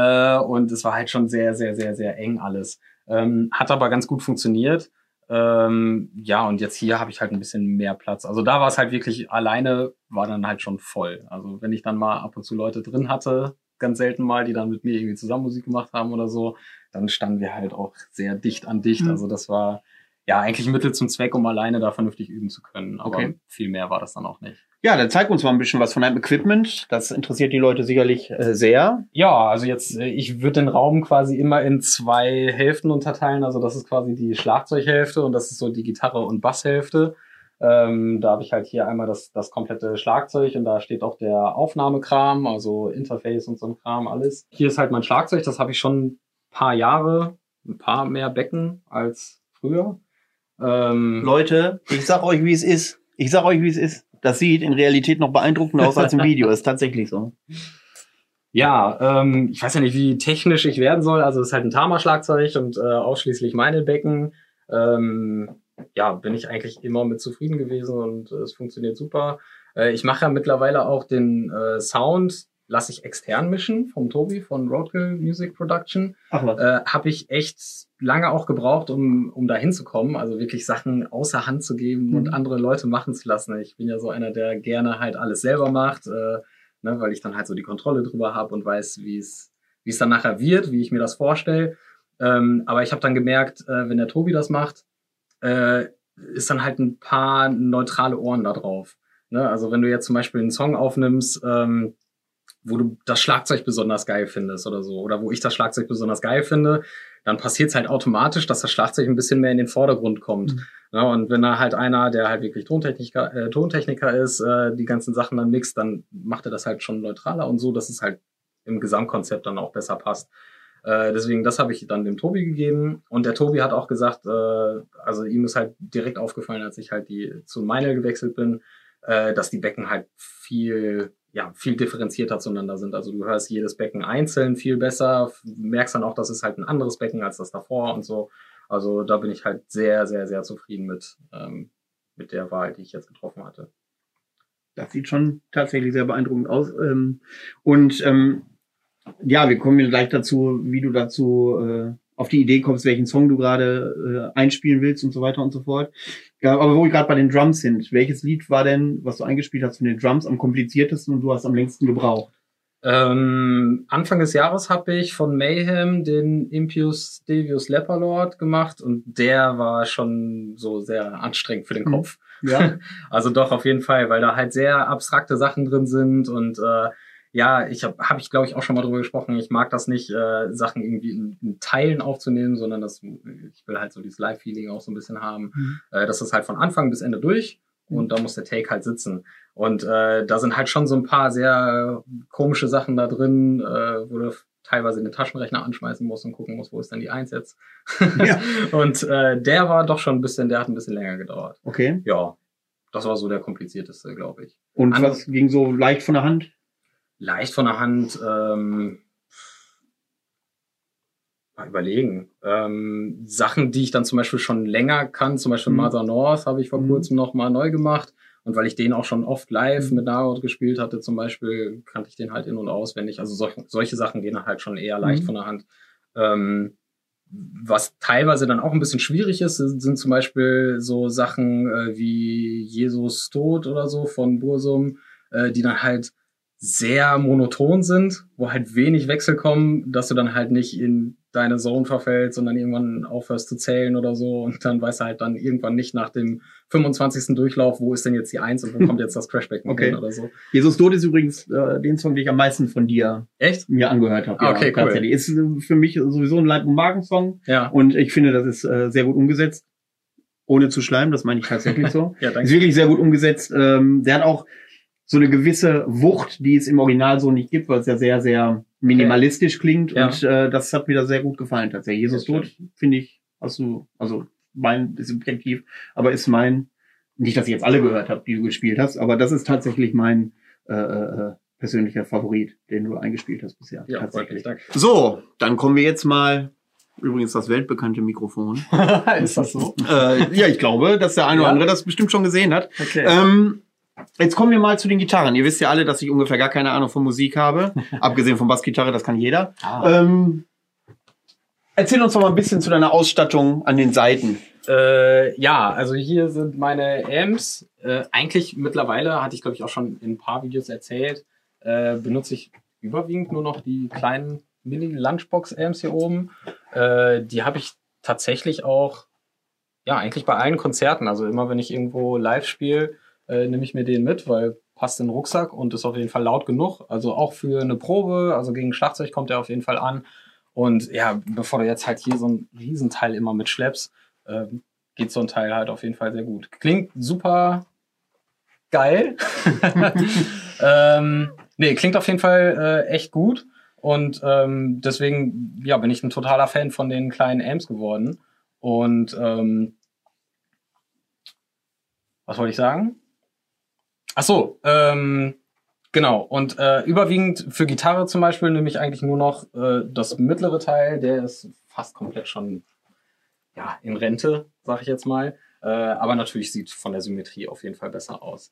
Und es war halt schon sehr, sehr, sehr, sehr eng alles. Hat aber ganz gut funktioniert. Ja, und jetzt hier habe ich halt ein bisschen mehr Platz. Also da war es halt wirklich alleine, war dann halt schon voll. Also wenn ich dann mal ab und zu Leute drin hatte, ganz selten mal, die dann mit mir irgendwie zusammen Musik gemacht haben oder so, dann standen wir halt auch sehr dicht an dicht. Also das war ja eigentlich ein Mittel zum Zweck, um alleine da vernünftig üben zu können. Aber viel mehr war das dann auch nicht. Ja, dann zeig uns mal ein bisschen was von deinem Equipment. Das interessiert die Leute sicherlich sehr. Ja, also jetzt, ich würde den Raum quasi immer in 2 Hälften unterteilen. Also das ist quasi die Schlagzeughälfte und das ist so die Gitarre- und Basshälfte. Da habe ich halt hier einmal das komplette Schlagzeug und da steht auch der Aufnahmekram, also Interface und so ein Kram, alles. Hier ist halt mein Schlagzeug, das habe ich schon ein paar Jahre, ein paar mehr Becken als früher. Leute, ich sag euch, wie es ist. Das sieht in Realität noch beeindruckender aus als im Video. Ist tatsächlich so. Ja, ich weiß ja nicht, wie technisch ich werden soll. Also es ist halt ein Tama-Schlagzeug und ausschließlich meine Becken. Ja, bin ich eigentlich immer mit zufrieden gewesen und es funktioniert super. Ich mache ja mittlerweile auch den Sound, lasse ich extern mischen vom Tobi von Roadkill Music Production. Ach was. Habe ich echt lange auch gebraucht, um da hinzukommen. Also wirklich Sachen außer Hand zu geben und andere Leute machen zu lassen. Ich bin ja so einer, der gerne halt alles selber macht, weil ich dann halt so die Kontrolle drüber habe und weiß, wie es dann nachher wird, wie ich mir das vorstelle. Aber ich habe dann gemerkt, wenn der Tobi das macht, ist dann halt ein paar neutrale Ohren da drauf. Ne? Also wenn du jetzt zum Beispiel einen Song aufnimmst, wo du das Schlagzeug besonders geil findest oder so, oder wo ich das Schlagzeug besonders geil finde, dann passiert es halt automatisch, dass das Schlagzeug ein bisschen mehr in den Vordergrund kommt. Ja, und wenn da halt einer, der halt wirklich Tontechniker ist, die ganzen Sachen dann mixt, dann macht er das halt schon neutraler und so, dass es halt im Gesamtkonzept dann auch besser passt. Deswegen, das habe ich dann dem Tobi gegeben. Und der Tobi hat auch gesagt, also ihm ist halt direkt aufgefallen, als ich halt zu Meinl gewechselt bin, dass die Becken halt viel differenzierter zueinander sind. Also du hörst jedes Becken einzeln viel besser, merkst dann auch, das ist halt ein anderes Becken als das davor und so. Also da bin ich halt sehr, sehr, sehr zufrieden mit der Wahl, die ich jetzt getroffen hatte. Das sieht schon tatsächlich sehr beeindruckend aus. Ja, wir kommen gleich dazu, wie du dazu auf die Idee kommst, welchen Song du gerade einspielen willst und so weiter und so fort. Ja, aber wo wir gerade bei den Drums sind, welches Lied war denn, was du eingespielt hast von den Drums, am kompliziertesten und du hast am längsten gebraucht? Anfang des Jahres habe ich von Mayhem den Impius Devius Leperlord gemacht und der war schon so sehr anstrengend für den Kopf. Ja. Also doch, auf jeden Fall, weil da halt sehr abstrakte Sachen drin sind und Ja, hab ich glaube ich auch schon mal drüber gesprochen. Ich mag das nicht, Sachen irgendwie in Teilen aufzunehmen, sondern ich will halt so dieses Live-Feeling auch so ein bisschen haben. Das ist halt von Anfang bis Ende durch und da muss der Take halt sitzen. Und da sind halt schon so ein paar sehr komische Sachen da drin, wo du teilweise den Taschenrechner anschmeißen musst und gucken musst, wo ist denn die Eins jetzt. Ja. Und der war doch schon der hat ein bisschen länger gedauert. Okay. Ja, das war so der komplizierteste, glaube ich. Und was ging so leicht von der Hand? Leicht von der Hand, mal überlegen. Sachen, die ich dann zum Beispiel schon länger kann, zum Beispiel Mother North habe ich vor kurzem noch mal neu gemacht. Und weil ich den auch schon oft live mit Narod gespielt hatte zum Beispiel, kannte ich den halt in- und auswendig. Also solche Sachen gehen halt schon eher leicht von der Hand. Was teilweise dann auch ein bisschen schwierig ist, sind zum Beispiel so Sachen wie Jesus Tod oder so von Bursum, die dann halt sehr monoton sind, wo halt wenig Wechsel kommen, dass du dann halt nicht in deine Zone verfällst, sondern irgendwann aufhörst zu zählen oder so und dann weißt du halt dann irgendwann nicht nach dem 25. Durchlauf, wo ist denn jetzt die Eins und wo kommt jetzt das Crashback Okay. oder so. Jesus Tod ist übrigens den Song, den ich am meisten von dir Echt? mir angehört habe. Okay, cool. Tatsächlich. Ist für mich sowieso ein Leib- und Magensong Ja. und ich finde, das ist sehr gut umgesetzt. Ohne zu schleimen, das meine ich tatsächlich so. Ja, danke. Ist wirklich sehr gut umgesetzt. Der hat auch so eine gewisse Wucht, die es im Original so nicht gibt, weil es ja sehr, sehr minimalistisch klingt. Ja. Und das hat mir da sehr gut gefallen tatsächlich. Jesus Sehr Tod, finde ich, also mein, ist subjektiv, aber ist mein, nicht, dass ich jetzt alle gehört habe, die du gespielt hast, aber das ist tatsächlich mein persönlicher Favorit, den du eingespielt hast bisher. Ja, tatsächlich. danke. So, dann kommen wir jetzt mal, übrigens das weltbekannte Mikrofon. Ist das so? Ja, ich glaube, dass der eine oder Ja. andere das bestimmt schon gesehen hat. Okay. Jetzt kommen wir mal zu den Gitarren. Ihr wisst ja alle, dass ich ungefähr gar keine Ahnung von Musik habe. Abgesehen von Bassgitarre, das kann jeder. Erzähl uns doch mal ein bisschen zu deiner Ausstattung an den Seiten. Ja, also hier sind meine Amps. Eigentlich mittlerweile, hatte ich glaube ich auch schon in ein paar Videos erzählt, benutze ich überwiegend nur noch die kleinen Mini-Lunchbox-Amps hier oben. Die habe ich tatsächlich auch, ja, eigentlich bei allen Konzerten. Also immer, wenn ich irgendwo live spiele, nehme ich mir den mit, weil passt in den Rucksack und ist auf jeden Fall laut genug. Also auch für eine Probe, also gegen Schlagzeug kommt er auf jeden Fall an. Und ja, bevor du jetzt halt hier so ein Riesenteil immer mitschleppst, geht so ein Teil halt auf jeden Fall sehr gut. Klingt super geil. Nee, klingt auf jeden Fall echt gut. Und deswegen ja, bin ich ein totaler Fan von den kleinen Amps geworden. Und was wollte ich sagen? Ach so, genau. Und überwiegend für Gitarre zum Beispiel nehme ich eigentlich nur noch das mittlere Teil. Der ist fast komplett schon ja, in Rente, sag ich jetzt mal. Aber natürlich sieht von der Symmetrie auf jeden Fall besser aus.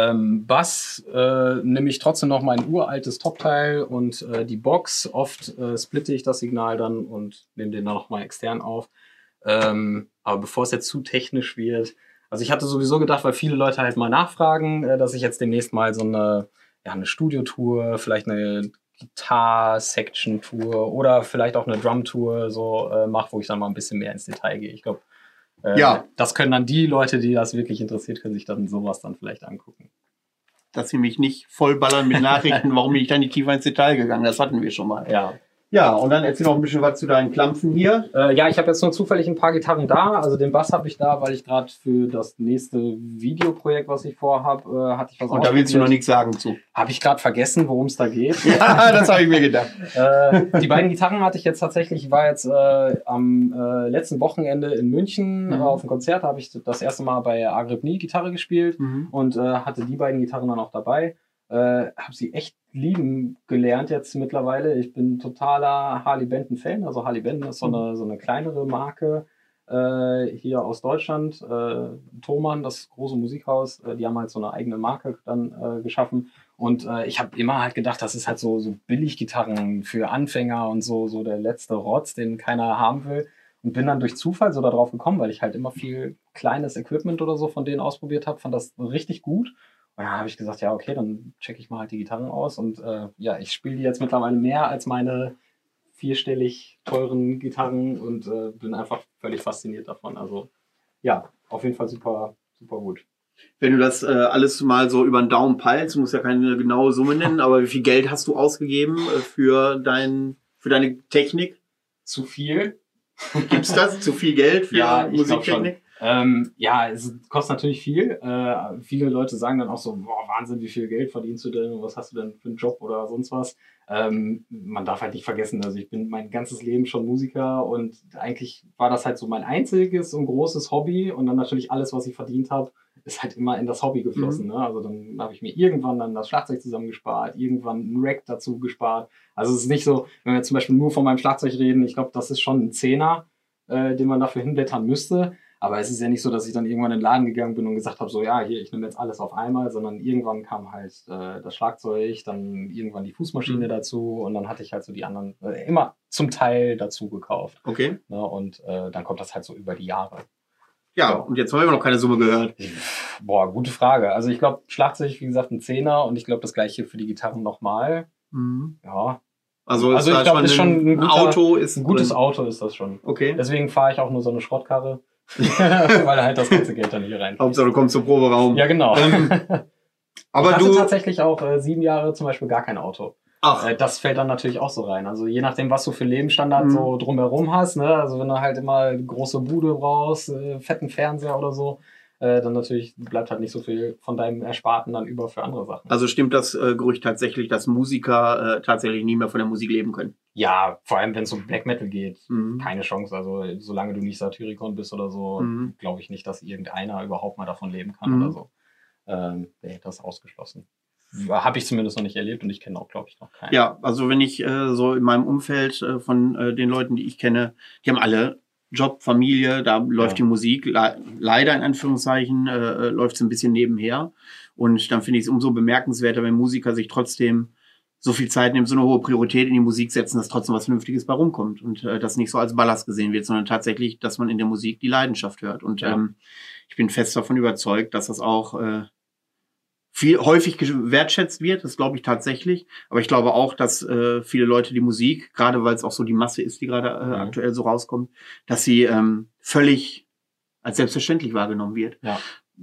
Bass nehme ich trotzdem noch mein uraltes Topteil und die Box. Oft splitte ich das Signal dann und nehme den dann nochmal extern auf. Aber bevor es jetzt zu technisch wird, also ich hatte sowieso gedacht, weil viele Leute halt mal nachfragen, dass ich jetzt demnächst mal so eine Studiotour, vielleicht eine Guitar-Section-Tour oder vielleicht auch eine Drum-Tour so mache, wo ich dann mal ein bisschen mehr ins Detail gehe. Ich glaube, Ja. das können dann die Leute, die das wirklich interessiert, können sich dann sowas dann vielleicht angucken. Dass sie mich nicht vollballern mit Nachrichten, warum bin ich da nicht tiefer ins Detail gegangen. Das hatten wir schon mal. Ja. Ja, und dann erzähl noch ein bisschen was zu deinen Klampfen hier. Ja, ich habe jetzt nur zufällig ein paar Gitarren da. Also den Bass habe ich da, weil ich gerade für das nächste Videoprojekt, was ich vorhabe, hatte ich was Und da willst du noch nichts sagen zu. Habe ich gerade vergessen, worum es da geht. Ja, das habe ich mir gedacht. Die beiden Gitarren hatte ich jetzt tatsächlich, ich war jetzt am letzten Wochenende in München auf dem Konzert, habe ich das erste Mal bei Agripni Gitarre gespielt und hatte die beiden Gitarren dann auch dabei. Habe sie echt lieben gelernt jetzt mittlerweile. Ich bin totaler Harley Benton Fan. Also Harley Benton ist so eine kleinere Marke hier aus Deutschland. Thomann, das große Musikhaus, die haben halt so eine eigene Marke dann geschaffen. Und ich habe immer halt gedacht, das ist halt so Billiggitarren für Anfänger und so der letzte Rotz, den keiner haben will. Und bin dann durch Zufall so darauf gekommen, weil ich halt immer viel kleines Equipment oder so von denen ausprobiert habe, fand das richtig gut. Und dann habe ich gesagt, ja, okay, dann checke ich mal halt die Gitarren aus. Und ja, ich spiele die jetzt mittlerweile mehr als meine vierstellig teuren Gitarren und bin einfach völlig fasziniert davon. Also ja, auf jeden Fall super, super gut. Wenn du das alles mal so über den Daumen peilst, du musst ja keine genaue Summe nennen, aber wie viel Geld hast du ausgegeben für deine Technik? Zu viel. Gibt's das? Zu viel Geld für Ja, ich glaub Musiktechnik? Ja, es kostet natürlich viel. Viele Leute sagen dann auch so, boah, Wahnsinn, wie viel Geld verdienst du denn und was hast du denn für einen Job oder sonst was. Man darf halt nicht vergessen, also ich bin mein ganzes Leben schon Musiker und eigentlich war das halt so mein einziges und großes Hobby und dann natürlich alles, was ich verdient habe, ist halt immer in das Hobby geflossen. Ne? Also dann habe ich mir irgendwann dann das Schlagzeug zusammengespart, irgendwann ein Rack dazu gespart. Also es ist nicht so, wenn wir zum Beispiel nur von meinem Schlagzeug reden, ich glaube, das ist schon ein Zehner, den man dafür hinblättern müsste. Aber es ist ja nicht so, dass ich dann irgendwann in den Laden gegangen bin und gesagt habe, so ja, hier, ich nehme jetzt alles auf einmal, sondern irgendwann kam halt das Schlagzeug, dann irgendwann die Fußmaschine dazu und dann hatte ich halt so die anderen immer zum Teil dazu gekauft. Okay. Ne? Und dann kommt das halt so über die Jahre. Ja, und jetzt haben wir immer noch keine Summe gehört. Boah, gute Frage. Also ich glaube, Schlagzeug, wie gesagt, ein Zehner und ich glaube, das gleiche für die Gitarren nochmal. Ja. Also ich glaube, ist schon ein Auto ist ein gutes Auto ist das schon. Okay. Deswegen fahre ich auch nur so eine Schrottkarre, weil halt das ganze Geld dann nicht rein. Hauptsache du kommst zum Proberaum. Ja, genau. Aber ich hatte du tatsächlich auch 7 Jahre zum Beispiel gar kein Auto. Ach, Das fällt dann natürlich auch so rein. Also je nachdem, was du für Lebensstandard so drumherum hast, ne? Also wenn du halt immer eine große Bude brauchst, fetten Fernseher oder so, dann natürlich bleibt halt nicht so viel von deinem Ersparten dann über für andere Sachen. also stimmt das Gerücht tatsächlich, dass Musiker tatsächlich nie mehr von der Musik leben können? Ja, vor allem wenn es um Black Metal geht, keine Chance. Also solange du nicht Satyricon bist oder so, glaube ich nicht, dass irgendeiner überhaupt mal davon leben kann oder so. Nee, das ist ausgeschlossen. Habe ich zumindest noch nicht erlebt und ich kenne auch, glaube ich, noch keinen. Ja, also wenn ich so in meinem Umfeld von den Leuten, die ich kenne, die haben alle Job, Familie, da läuft die Musik, leider in Anführungszeichen, läuft es ein bisschen nebenher. Und dann finde ich es umso bemerkenswerter, wenn Musiker sich trotzdem so viel Zeit nehmen, so eine hohe Priorität in die Musik setzen, dass trotzdem was Vernünftiges bei rumkommt. Und das nicht so als Ballast gesehen wird, sondern tatsächlich, dass man in der Musik die Leidenschaft hört. Und ich bin fest davon überzeugt, dass das auch häufig wertschätzt wird, das glaube ich tatsächlich. Aber ich glaube auch, dass viele Leute die Musik, gerade weil es auch so die Masse ist, die gerade aktuell so rauskommt, dass sie völlig als selbstverständlich wahrgenommen wird. Ja.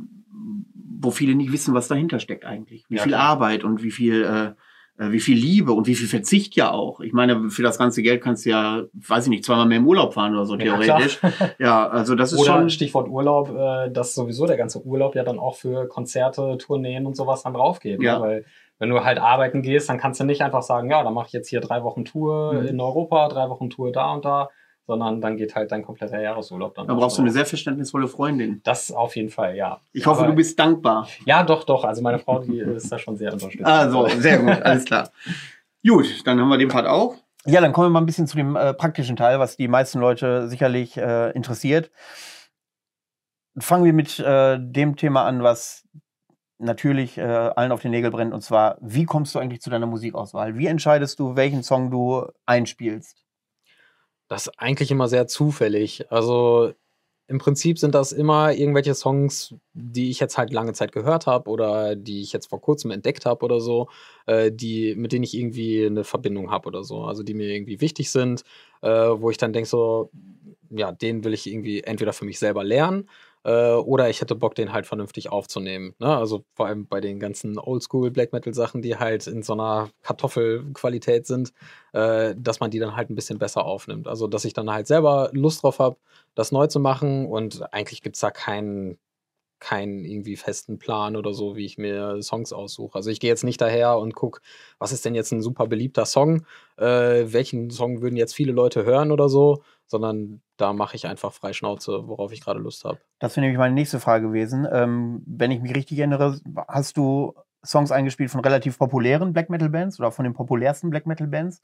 Wo viele nicht wissen, was dahinter steckt eigentlich. Wie viel klar. Arbeit und wie viel Liebe und wie viel Verzicht ja auch. Ich meine, für das ganze Geld kannst du ja, weiß ich nicht, zweimal mehr im Urlaub fahren oder so, theoretisch. Ja, also das ist oder schon... Stichwort Urlaub, dass sowieso der ganze Urlaub ja dann auch für Konzerte, Tourneen und sowas dann draufgeht. Ja. Ne? Weil wenn du halt arbeiten gehst, dann kannst du nicht einfach sagen, ja, dann mache ich jetzt hier 3 Wochen Tour in Europa, 3 Wochen Tour da und da, sondern dann geht halt dein kompletter Jahresurlaub dann. Da brauchst du eine sehr verständnisvolle Freundin. Das auf jeden Fall, ja. Ich hoffe, du bist dankbar. Ja, doch. Also meine Frau, die ist da schon sehr unterstützend. Also, sehr gut, alles klar. Gut, dann haben wir den Part auch. Ja, dann kommen wir mal ein bisschen zu dem praktischen Teil, was die meisten Leute sicherlich interessiert. Fangen wir mit dem Thema an, was natürlich allen auf den Nägel brennt, und zwar, wie kommst du eigentlich zu deiner Musikauswahl? Wie entscheidest du, welchen Song du einspielst? Das ist eigentlich immer sehr zufällig. Also im Prinzip sind das immer irgendwelche Songs, die ich jetzt halt lange Zeit gehört habe oder die ich jetzt vor kurzem entdeckt habe oder so, mit denen ich irgendwie eine Verbindung habe oder so. Also die mir irgendwie wichtig sind, wo ich dann denke so, ja, den will ich irgendwie entweder für mich selber lernen oder ich hätte Bock, den halt vernünftig aufzunehmen. Ne? Also vor allem bei den ganzen Oldschool Black Metal Sachen, die halt in so einer Kartoffelqualität sind, dass man die dann halt ein bisschen besser aufnimmt. Also dass ich dann halt selber Lust drauf habe, das neu zu machen, und eigentlich gibt es da keinen irgendwie festen Plan oder so, wie ich mir Songs aussuche. Also ich gehe jetzt nicht daher und gucke, was ist denn jetzt ein super beliebter Song, welchen Song würden jetzt viele Leute hören oder so, sondern da mache ich einfach frei Schnauze, worauf ich gerade Lust habe. Das wäre nämlich meine nächste Frage gewesen. Wenn ich mich richtig erinnere, hast du Songs eingespielt von relativ populären Black Metal Bands oder von den populärsten Black Metal Bands.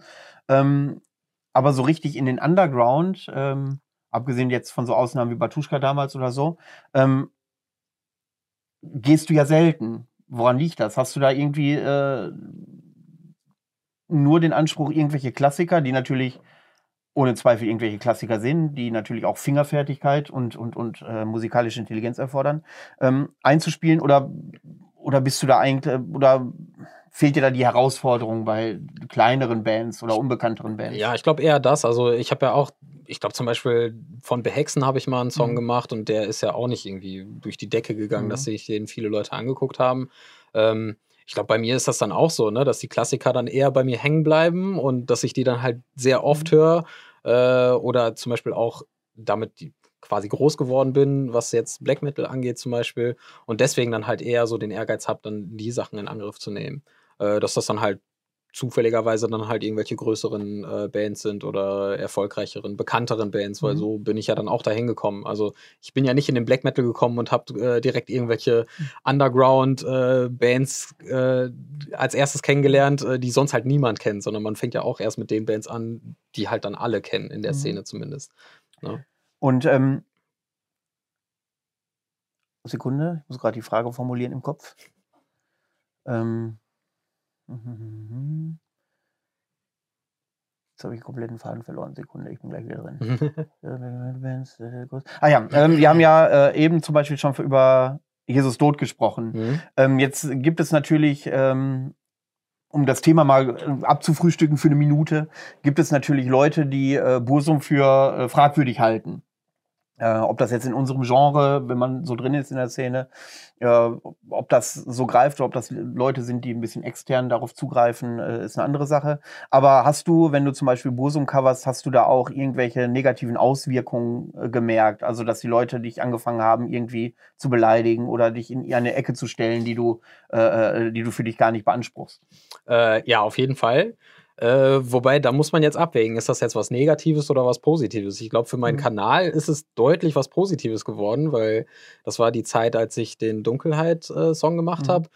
Aber so richtig in den Underground, abgesehen jetzt von so Ausnahmen wie Batuschka damals oder so, gehst du ja selten. Woran liegt das? Hast du da irgendwie nur den Anspruch, irgendwelche Klassiker, die natürlich ohne Zweifel irgendwelche Klassiker sind, die natürlich auch Fingerfertigkeit und musikalische Intelligenz erfordern, einzuspielen, oder bist du da eigentlich, oder fehlt dir da die Herausforderung bei kleineren Bands oder unbekannteren Bands? Ja, ich glaube eher das. Also ich habe ja auch ich glaube zum Beispiel von Behexen habe ich mal einen Song gemacht und der ist ja auch nicht irgendwie durch die Decke gegangen, dass sich den viele Leute angeguckt haben. Ich glaube, bei mir ist das dann auch so, ne, dass die Klassiker dann eher bei mir hängen bleiben und dass ich die dann halt sehr oft höre oder zum Beispiel auch damit quasi groß geworden bin, was jetzt Black Metal angeht zum Beispiel und deswegen dann halt eher so den Ehrgeiz habe, dann die Sachen in Angriff zu nehmen. Dass das dann halt zufälligerweise dann halt irgendwelche größeren Bands sind oder erfolgreicheren, bekannteren Bands, weil so bin ich ja dann auch dahin gekommen. Also ich bin ja nicht in den Black Metal gekommen und habe direkt irgendwelche Underground-Bands als erstes kennengelernt, die sonst halt niemand kennt, sondern man fängt ja auch erst mit den Bands an, die halt dann alle kennen, in der Szene zumindest. Ne? Und Sekunde, ich muss gerade die Frage formulieren im Kopf. Jetzt habe ich komplett den Faden verloren. Sekunde, ich bin gleich wieder drin. Wir haben ja eben zum Beispiel schon über Jesus Tod gesprochen. Jetzt gibt es natürlich, um das Thema mal abzufrühstücken für eine Minute, gibt es natürlich Leute, die Bursum für fragwürdig halten. Ob das jetzt in unserem Genre, wenn man so drin ist in der Szene, ob das so greift oder ob das Leute sind, die ein bisschen extern darauf zugreifen, ist eine andere Sache. Aber hast du, wenn du zum Beispiel Bursum coverst, hast du da auch irgendwelche negativen Auswirkungen gemerkt? Also, dass die Leute dich angefangen haben, irgendwie zu beleidigen oder dich in eine Ecke zu stellen, die du für dich gar nicht beanspruchst? Ja, auf jeden Fall. Wobei, da muss man jetzt abwägen, ist das jetzt was Negatives oder was Positives? Ich glaube, für meinen Kanal ist es deutlich was Positives geworden, weil das war die Zeit, als ich den Dunkelheit-Song gemacht habe.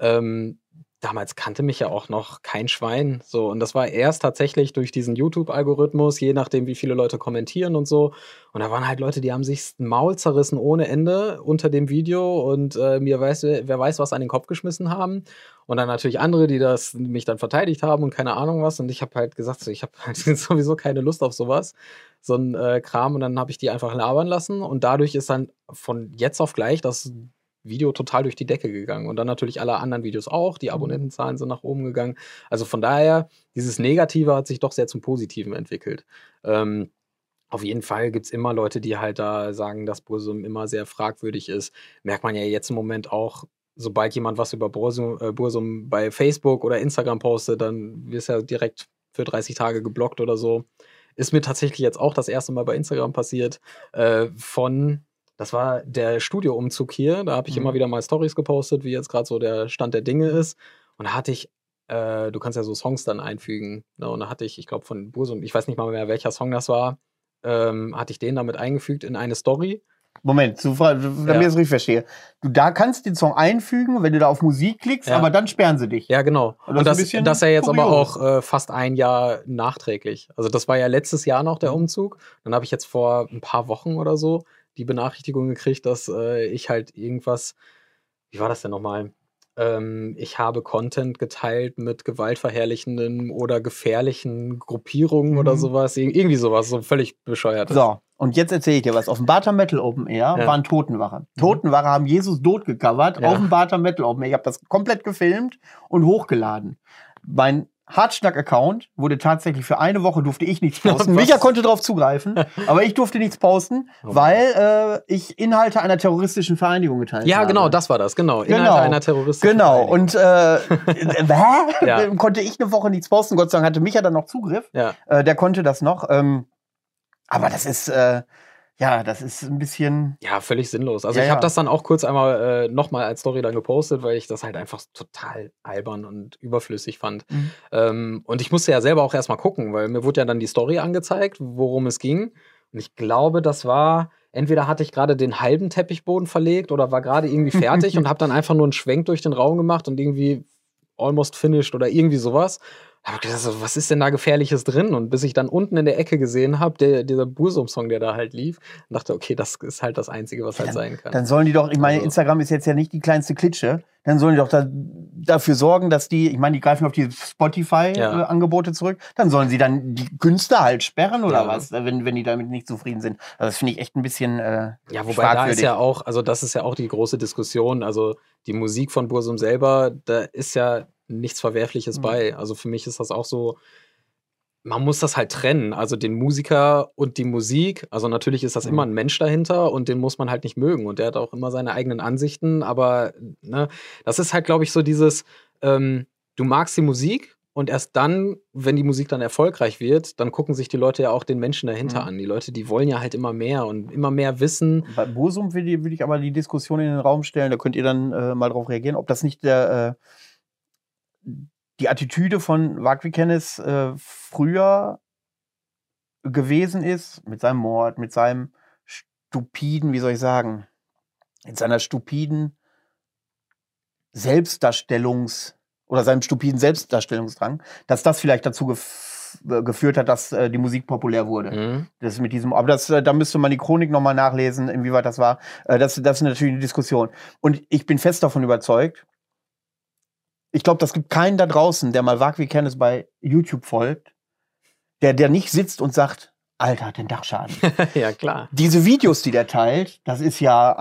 Damals kannte mich ja auch noch kein Schwein. So, und das war erst tatsächlich durch diesen YouTube-Algorithmus, je nachdem, wie viele Leute kommentieren und so. Und da waren halt Leute, die haben sich das Maul zerrissen ohne Ende unter dem Video und wer weiß, was an den Kopf geschmissen haben. Und dann natürlich andere, die mich dann verteidigt haben und keine Ahnung was. Und ich habe halt gesagt, so, ich habe halt sowieso keine Lust auf sowas. So ein Kram. Und dann habe ich die einfach labern lassen. Und dadurch ist dann von jetzt auf gleich das Video total durch die Decke gegangen. Und dann natürlich alle anderen Videos auch. Die Abonnentenzahlen sind nach oben gegangen. Also von daher, dieses Negative hat sich doch sehr zum Positiven entwickelt. Auf jeden Fall gibt es immer Leute, die halt da sagen, dass Bursum immer sehr fragwürdig ist. Merkt man ja jetzt im Moment auch, sobald jemand was über Bursum bei Facebook oder Instagram postet, dann wird es ja direkt für 30 Tage geblockt oder so. Ist mir tatsächlich jetzt auch das erste Mal bei Instagram passiert. Das war der Studioumzug hier. Da habe ich immer wieder mal Stories gepostet, wie jetzt gerade so der Stand der Dinge ist. Und da hatte ich, du kannst ja so Songs dann einfügen. Ne? Und da hatte ich glaube von Bursum, ich weiß nicht mal mehr, welcher Song das war, hatte ich den damit eingefügt in eine Story. Moment, damit ich das richtig verstehe. Du da kannst den Song einfügen, wenn du da auf Musik klickst, aber dann sperren sie dich. Ja, genau. Und das ja jetzt kurios. Aber auch fast ein Jahr nachträglich. Also das war ja letztes Jahr noch der Umzug. Dann habe ich jetzt vor ein paar Wochen oder so die Benachrichtigung gekriegt, dass ich halt irgendwas, wie war das denn nochmal? Ich habe Content geteilt mit gewaltverherrlichenden oder gefährlichen Gruppierungen oder sowas. Irgendwie sowas, so völlig bescheuert. So, und jetzt erzähle ich dir was. Auf dem Barter Metal Open Air waren Totenwache. Totenwache haben Jesus Tod gecovert auf dem Barter Metal Open Air. Ich habe das komplett gefilmt und hochgeladen. Mein Hartschnack-Account wurde tatsächlich für eine Woche, durfte ich nichts posten. Micha konnte darauf zugreifen, aber ich durfte nichts posten, weil ich Inhalte einer terroristischen Vereinigung geteilt habe. Ja, genau, das war das, genau. Inhalte einer terroristischen Vereinigung. Und konnte ich eine Woche nichts posten. Gott sei Dank hatte Micha dann noch Zugriff. Ja. Der konnte das noch. Aber das ist... das ist ein bisschen... Ja, völlig sinnlos. Also ich habe das dann auch kurz einmal nochmal als Story dann gepostet, weil ich das halt einfach total albern und überflüssig fand. Und ich musste ja selber auch erstmal gucken, weil mir wurde ja dann die Story angezeigt, worum es ging. Und ich glaube, das war... Entweder hatte ich gerade den halben Teppichboden verlegt oder war gerade irgendwie fertig und habe dann einfach nur einen Schwenk durch den Raum gemacht und irgendwie almost finished oder irgendwie sowas. Da habe ich gedacht, was ist denn da Gefährliches drin? Und bis ich dann unten in der Ecke gesehen habe, dieser Bursum-Song, der da halt lief, dachte, okay, das ist halt das Einzige, was halt sein kann. Dann sollen die doch, ich meine, Instagram ist jetzt ja nicht die kleinste Klitsche, dann sollen die doch dafür sorgen, dass die greifen auf die Spotify-Angebote zurück, dann sollen sie dann die Künstler halt sperren oder was, wenn die damit nicht zufrieden sind. Also das finde ich echt ein bisschen wobei da ist ja auch, also das ist ja auch die große Diskussion, also die Musik von Bursum selber, da ist ja nichts Verwerfliches bei. Also für mich ist das auch so, man muss das halt trennen, also den Musiker und die Musik. Also natürlich ist das immer ein Mensch dahinter und den muss man halt nicht mögen. Und der hat auch immer seine eigenen Ansichten, aber ne, das ist halt, glaube ich, so dieses, du magst die Musik und erst dann, wenn die Musik dann erfolgreich wird, dann gucken sich die Leute ja auch den Menschen dahinter an. Die Leute, die wollen ja halt immer mehr und immer mehr wissen. Bei Bursum würde ich aber die Diskussion in den Raum stellen, da könnt ihr dann mal drauf reagieren, ob das nicht die Attitüde von Vagvikennes früher gewesen ist, mit seinem Mord, mit seinem stupiden, wie soll ich sagen, mit seiner stupiden oder seinem stupiden Selbstdarstellungsdrang, dass das vielleicht dazu geführt hat, dass die Musik populär wurde. Das mit diesem, aber da müsste man die Chronik nochmal nachlesen, inwieweit das war. Das ist natürlich eine Diskussion. Und ich bin fest davon überzeugt, ich glaube, das gibt keinen da draußen, der mal Vagvikennes bei YouTube folgt, der nicht sitzt und sagt, Alter, hat den Dachschaden. Ja, klar. Diese Videos, die der teilt, das ist ja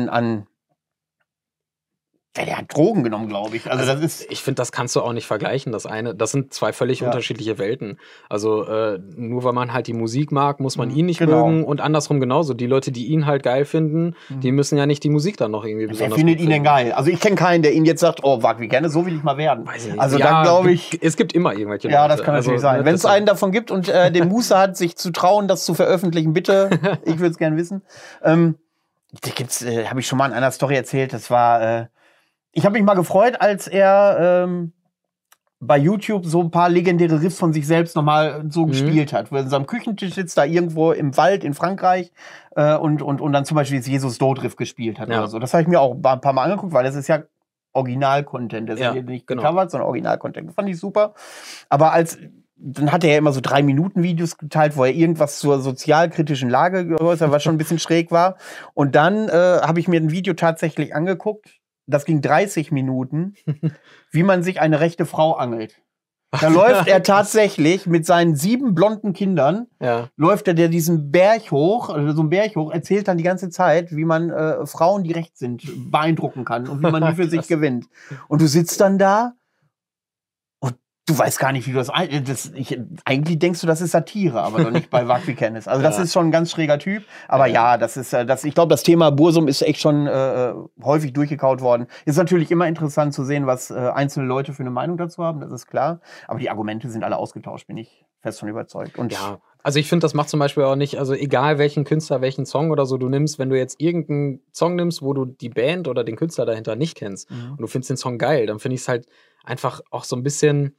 der hat Drogen genommen, glaube ich. Also das ist. Ich finde, das kannst du auch nicht vergleichen. Das sind zwei völlig unterschiedliche Welten. Also nur weil man halt die Musik mag, muss man ihn nicht mögen und andersrum genauso. Die Leute, die ihn halt geil finden, die müssen ja nicht die Musik dann noch irgendwie besonders. Wer findet ihn denn geil? Also ich kenne keinen, der ihn jetzt sagt, oh, Vagvikennes, so will ich mal werden. Weiß ich nicht. Also ja, dann glaube ich. Es gibt immer irgendwelche Leute. Ja, das kann natürlich sein. Wenn es einen davon gibt und den Muße hat, sich zu trauen, das zu veröffentlichen, bitte. Ich würde es gerne wissen. Habe ich schon mal in einer Story erzählt. Das war. Ich habe mich mal gefreut, als er bei YouTube so ein paar legendäre Riffs von sich selbst nochmal so gespielt hat. Wo er in seinem Küchentisch sitzt, da irgendwo im Wald in Frankreich und dann zum Beispiel das Jesus-Dod-Riff gespielt hat oder so. Das habe ich mir auch ein paar Mal angeguckt, weil das ist ja Original-Content. Das ist ja nicht gecovert, sondern Original-Content. Das fand ich super. Aber dann hat er ja immer so 3-Minuten-Videos geteilt, wo er irgendwas zur sozialkritischen Lage geäußert, was schon ein bisschen schräg war. Und dann habe ich mir ein Video tatsächlich angeguckt. Das ging 30 Minuten, wie man sich eine rechte Frau angelt. Da läuft er tatsächlich mit seinen 7 blonden Kindern, läuft er diesen Berg hoch, also so einen Berg hoch, erzählt dann die ganze Zeit, wie man Frauen, die recht sind, beeindrucken kann und wie man die für sich gewinnt. Und du sitzt dann da und du weißt gar nicht, wie du eigentlich denkst du, das ist Satire, aber doch nicht bei Vagvikennes. Also das ist schon ein ganz schräger Typ. Aber ich glaube, das Thema Bursum ist echt schon häufig durchgekaut worden. Ist natürlich immer interessant zu sehen, was einzelne Leute für eine Meinung dazu haben, das ist klar. Aber die Argumente sind alle ausgetauscht, bin ich fest von überzeugt. Und ja, also ich finde, das macht zum Beispiel auch nicht, also egal welchen Künstler, welchen Song oder so du nimmst, wenn du jetzt irgendeinen Song nimmst, wo du die Band oder den Künstler dahinter nicht kennst und du findest den Song geil, dann finde ich es halt einfach auch so ein bisschen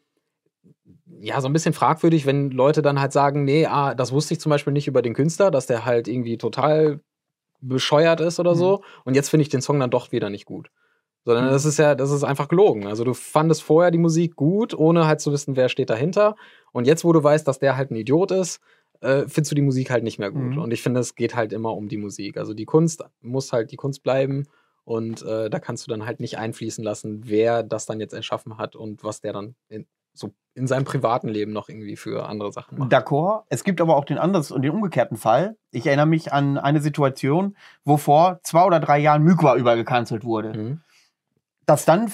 fragwürdig, wenn Leute dann halt sagen, nee, das wusste ich zum Beispiel nicht über den Künstler, dass der halt irgendwie total bescheuert ist oder so. Und jetzt finde ich den Song dann doch wieder nicht gut. Sondern das ist einfach gelogen. Also du fandest vorher die Musik gut, ohne halt zu wissen, wer steht dahinter. Und jetzt, wo du weißt, dass der halt ein Idiot ist, findest du die Musik halt nicht mehr gut. Und ich finde, es geht halt immer um die Musik. Also die Kunst muss halt die Kunst bleiben. Und da kannst du dann halt nicht einfließen lassen, wer das dann jetzt erschaffen hat und was der dann in seinem privaten Leben noch irgendwie für andere Sachen macht. D'accord. Es gibt aber auch den umgekehrten Fall. Ich erinnere mich an eine Situation, wo vor 2 oder 3 Jahren Mykwa übergecancelt wurde. Dass dann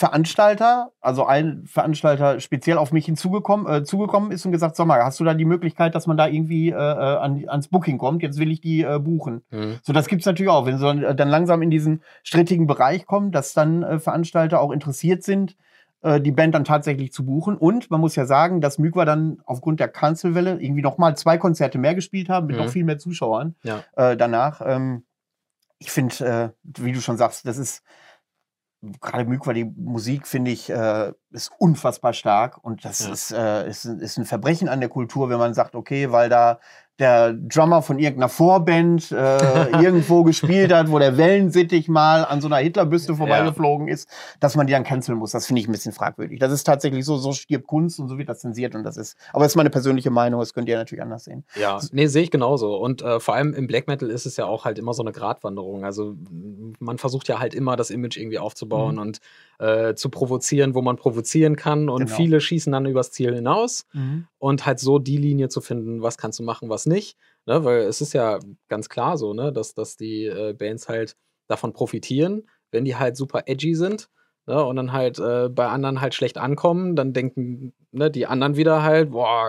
ein Veranstalter speziell auf mich zugekommen ist und gesagt, sag mal, hast du da die Möglichkeit, dass man da irgendwie ans Booking kommt? Jetzt will ich die buchen. So, das gibt's natürlich auch. Wenn sie dann langsam in diesen strittigen Bereich kommen, dass dann Veranstalter auch interessiert sind, die Band dann tatsächlich zu buchen. Und man muss ja sagen, dass Mykwa dann aufgrund der Cancelwelle irgendwie noch mal 2 Konzerte mehr gespielt haben, mit noch viel mehr Zuschauern danach. Ich finde, wie du schon sagst, das ist gerade Mykwa, die Musik, finde ich, ist unfassbar stark. Und das ist ein Verbrechen an der Kultur, wenn man sagt, okay, weil da der Drummer von irgendeiner Vorband irgendwo gespielt hat, wo der Wellensittich mal an so einer Hitlerbüste vorbeigeflogen ist, dass man die dann canceln muss. Das finde ich ein bisschen fragwürdig. Das ist tatsächlich so stirbt Kunst und so wird das zensiert. Und aber das ist meine persönliche Meinung, das könnt ihr natürlich anders sehen. Ja, nee, sehe ich genauso. Und vor allem im Black Metal ist es ja auch halt immer so eine Gratwanderung. Also man versucht ja halt immer das Image irgendwie aufzubauen und zu provozieren, wo man provozieren kann. Und viele schießen dann übers Ziel hinaus. Und halt so die Linie zu finden, was kannst du machen, was nicht. Ne? Weil es ist ja ganz klar so, ne? dass die Bands halt davon profitieren, wenn die halt super edgy sind, ne? Und dann halt bei anderen halt schlecht ankommen, dann denken die anderen wieder halt, boah,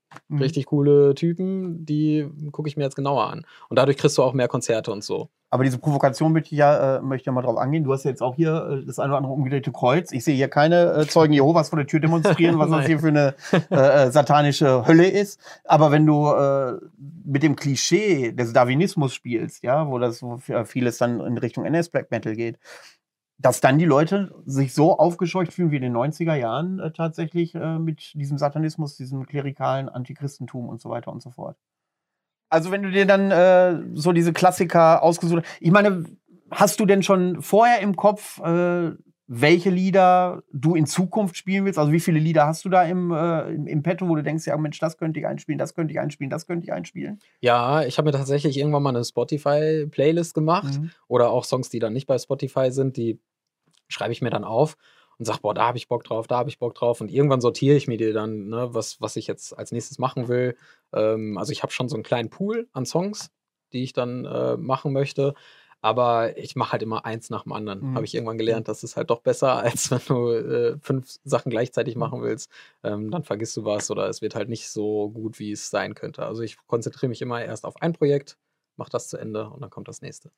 Richtig coole Typen, die gucke ich mir jetzt genauer an. Und dadurch kriegst du auch mehr Konzerte und so. Aber diese Provokation möchte ich ja mal drauf angehen. Du hast ja jetzt auch hier das eine oder andere umgedrehte Kreuz. Ich sehe hier keine Zeugen Jehovas vor der Tür demonstrieren, was das hier für eine satanische Hölle ist. Aber wenn du mit dem Klischee des Darwinismus spielst, ja, wo vieles dann in Richtung NS Black Metal geht, dass dann die Leute sich so aufgescheucht fühlen wie in den 90er Jahren tatsächlich mit diesem Satanismus, diesem klerikalen Antichristentum und so weiter und so fort. Also wenn du dir dann so diese Klassiker ausgesucht hast, ich meine, hast du denn schon vorher im Kopf, welche Lieder du in Zukunft spielen willst? Also wie viele Lieder hast du da im Petto, wo du denkst, ja Mensch, das könnte ich einspielen, das könnte ich einspielen, das könnte ich einspielen? Ja, ich habe mir tatsächlich irgendwann mal eine Spotify-Playlist gemacht oder auch Songs, die dann nicht bei Spotify sind, die schreibe ich mir dann auf und sage, boah, da habe ich Bock drauf, da habe ich Bock drauf. Und irgendwann sortiere ich mir die dann, ne, was ich jetzt als nächstes machen will. Also ich habe schon so einen kleinen Pool an Songs, die ich dann machen möchte. Aber ich mache halt immer eins nach dem anderen. Habe ich irgendwann gelernt, das ist halt doch besser, als wenn du 5 Sachen gleichzeitig machen willst. Dann vergisst du was oder es wird halt nicht so gut, wie es sein könnte. Also ich konzentriere mich immer erst auf ein Projekt, mache das zu Ende und dann kommt das nächste.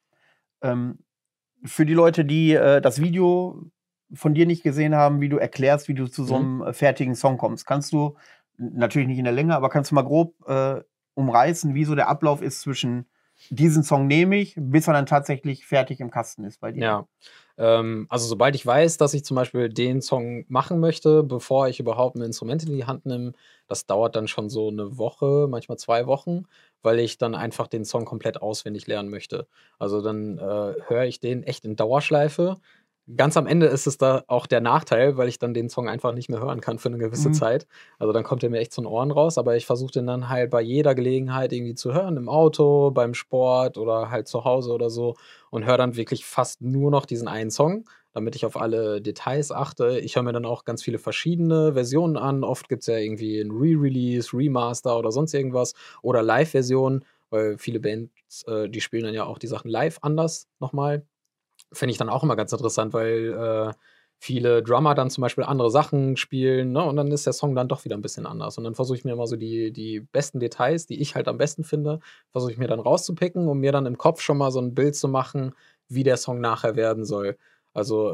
Für die Leute, die das Video von dir nicht gesehen haben, wie du erklärst, wie du zu so einem fertigen Song kommst, kannst du, natürlich nicht in der Länge, aber kannst du mal grob umreißen, wie so der Ablauf ist zwischen diesen Song nehme ich, bis er dann tatsächlich fertig im Kasten ist bei dir? Ja, also sobald ich weiß, dass ich zum Beispiel den Song machen möchte, bevor ich überhaupt ein Instrument in die Hand nehme, das dauert dann schon so eine Woche, manchmal 2 Wochen, weil ich dann einfach den Song komplett auswendig lernen möchte. Also dann höre ich den echt in Dauerschleife. Ganz am Ende ist es da auch der Nachteil, weil ich dann den Song einfach nicht mehr hören kann für eine gewisse Zeit. Also dann kommt der mir echt zu den Ohren raus, aber ich versuche den dann halt bei jeder Gelegenheit irgendwie zu hören, im Auto, beim Sport oder halt zu Hause oder so und höre dann wirklich fast nur noch diesen einen Song, damit ich auf alle Details achte. Ich höre mir dann auch ganz viele verschiedene Versionen an. Oft gibt es ja irgendwie ein Re-Release, Remaster oder sonst irgendwas oder Live-Versionen, weil viele Bands, die spielen dann ja auch die Sachen live anders nochmal. Finde ich dann auch immer ganz interessant, weil viele Drummer dann zum Beispiel andere Sachen spielen, ne? Und dann ist der Song dann doch wieder ein bisschen anders. Und dann versuche ich mir immer so die besten Details, die ich halt am besten finde, versuche ich mir dann rauszupicken, um mir dann im Kopf schon mal so ein Bild zu machen, wie der Song nachher werden soll. Also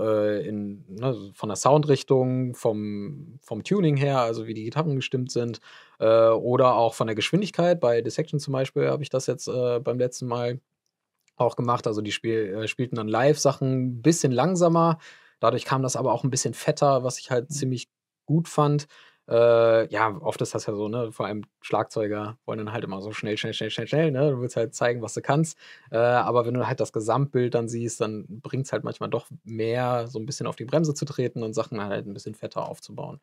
von der Soundrichtung, vom Tuning her, also wie die Gitarren gestimmt sind, oder auch von der Geschwindigkeit. Bei Dissection zum Beispiel habe ich das jetzt beim letzten Mal auch gemacht. Also die spielten dann Live-Sachen ein bisschen langsamer. Dadurch kam das aber auch ein bisschen fetter, was ich halt ziemlich gut fand. Ja, oft ist das ja so, ne? Vor allem Schlagzeuger wollen dann halt immer so schnell, ne? Du willst halt zeigen, was du kannst. Aber wenn du halt das Gesamtbild dann siehst, dann bringt es halt manchmal doch mehr, so ein bisschen auf die Bremse zu treten und Sachen halt ein bisschen fetter aufzubauen.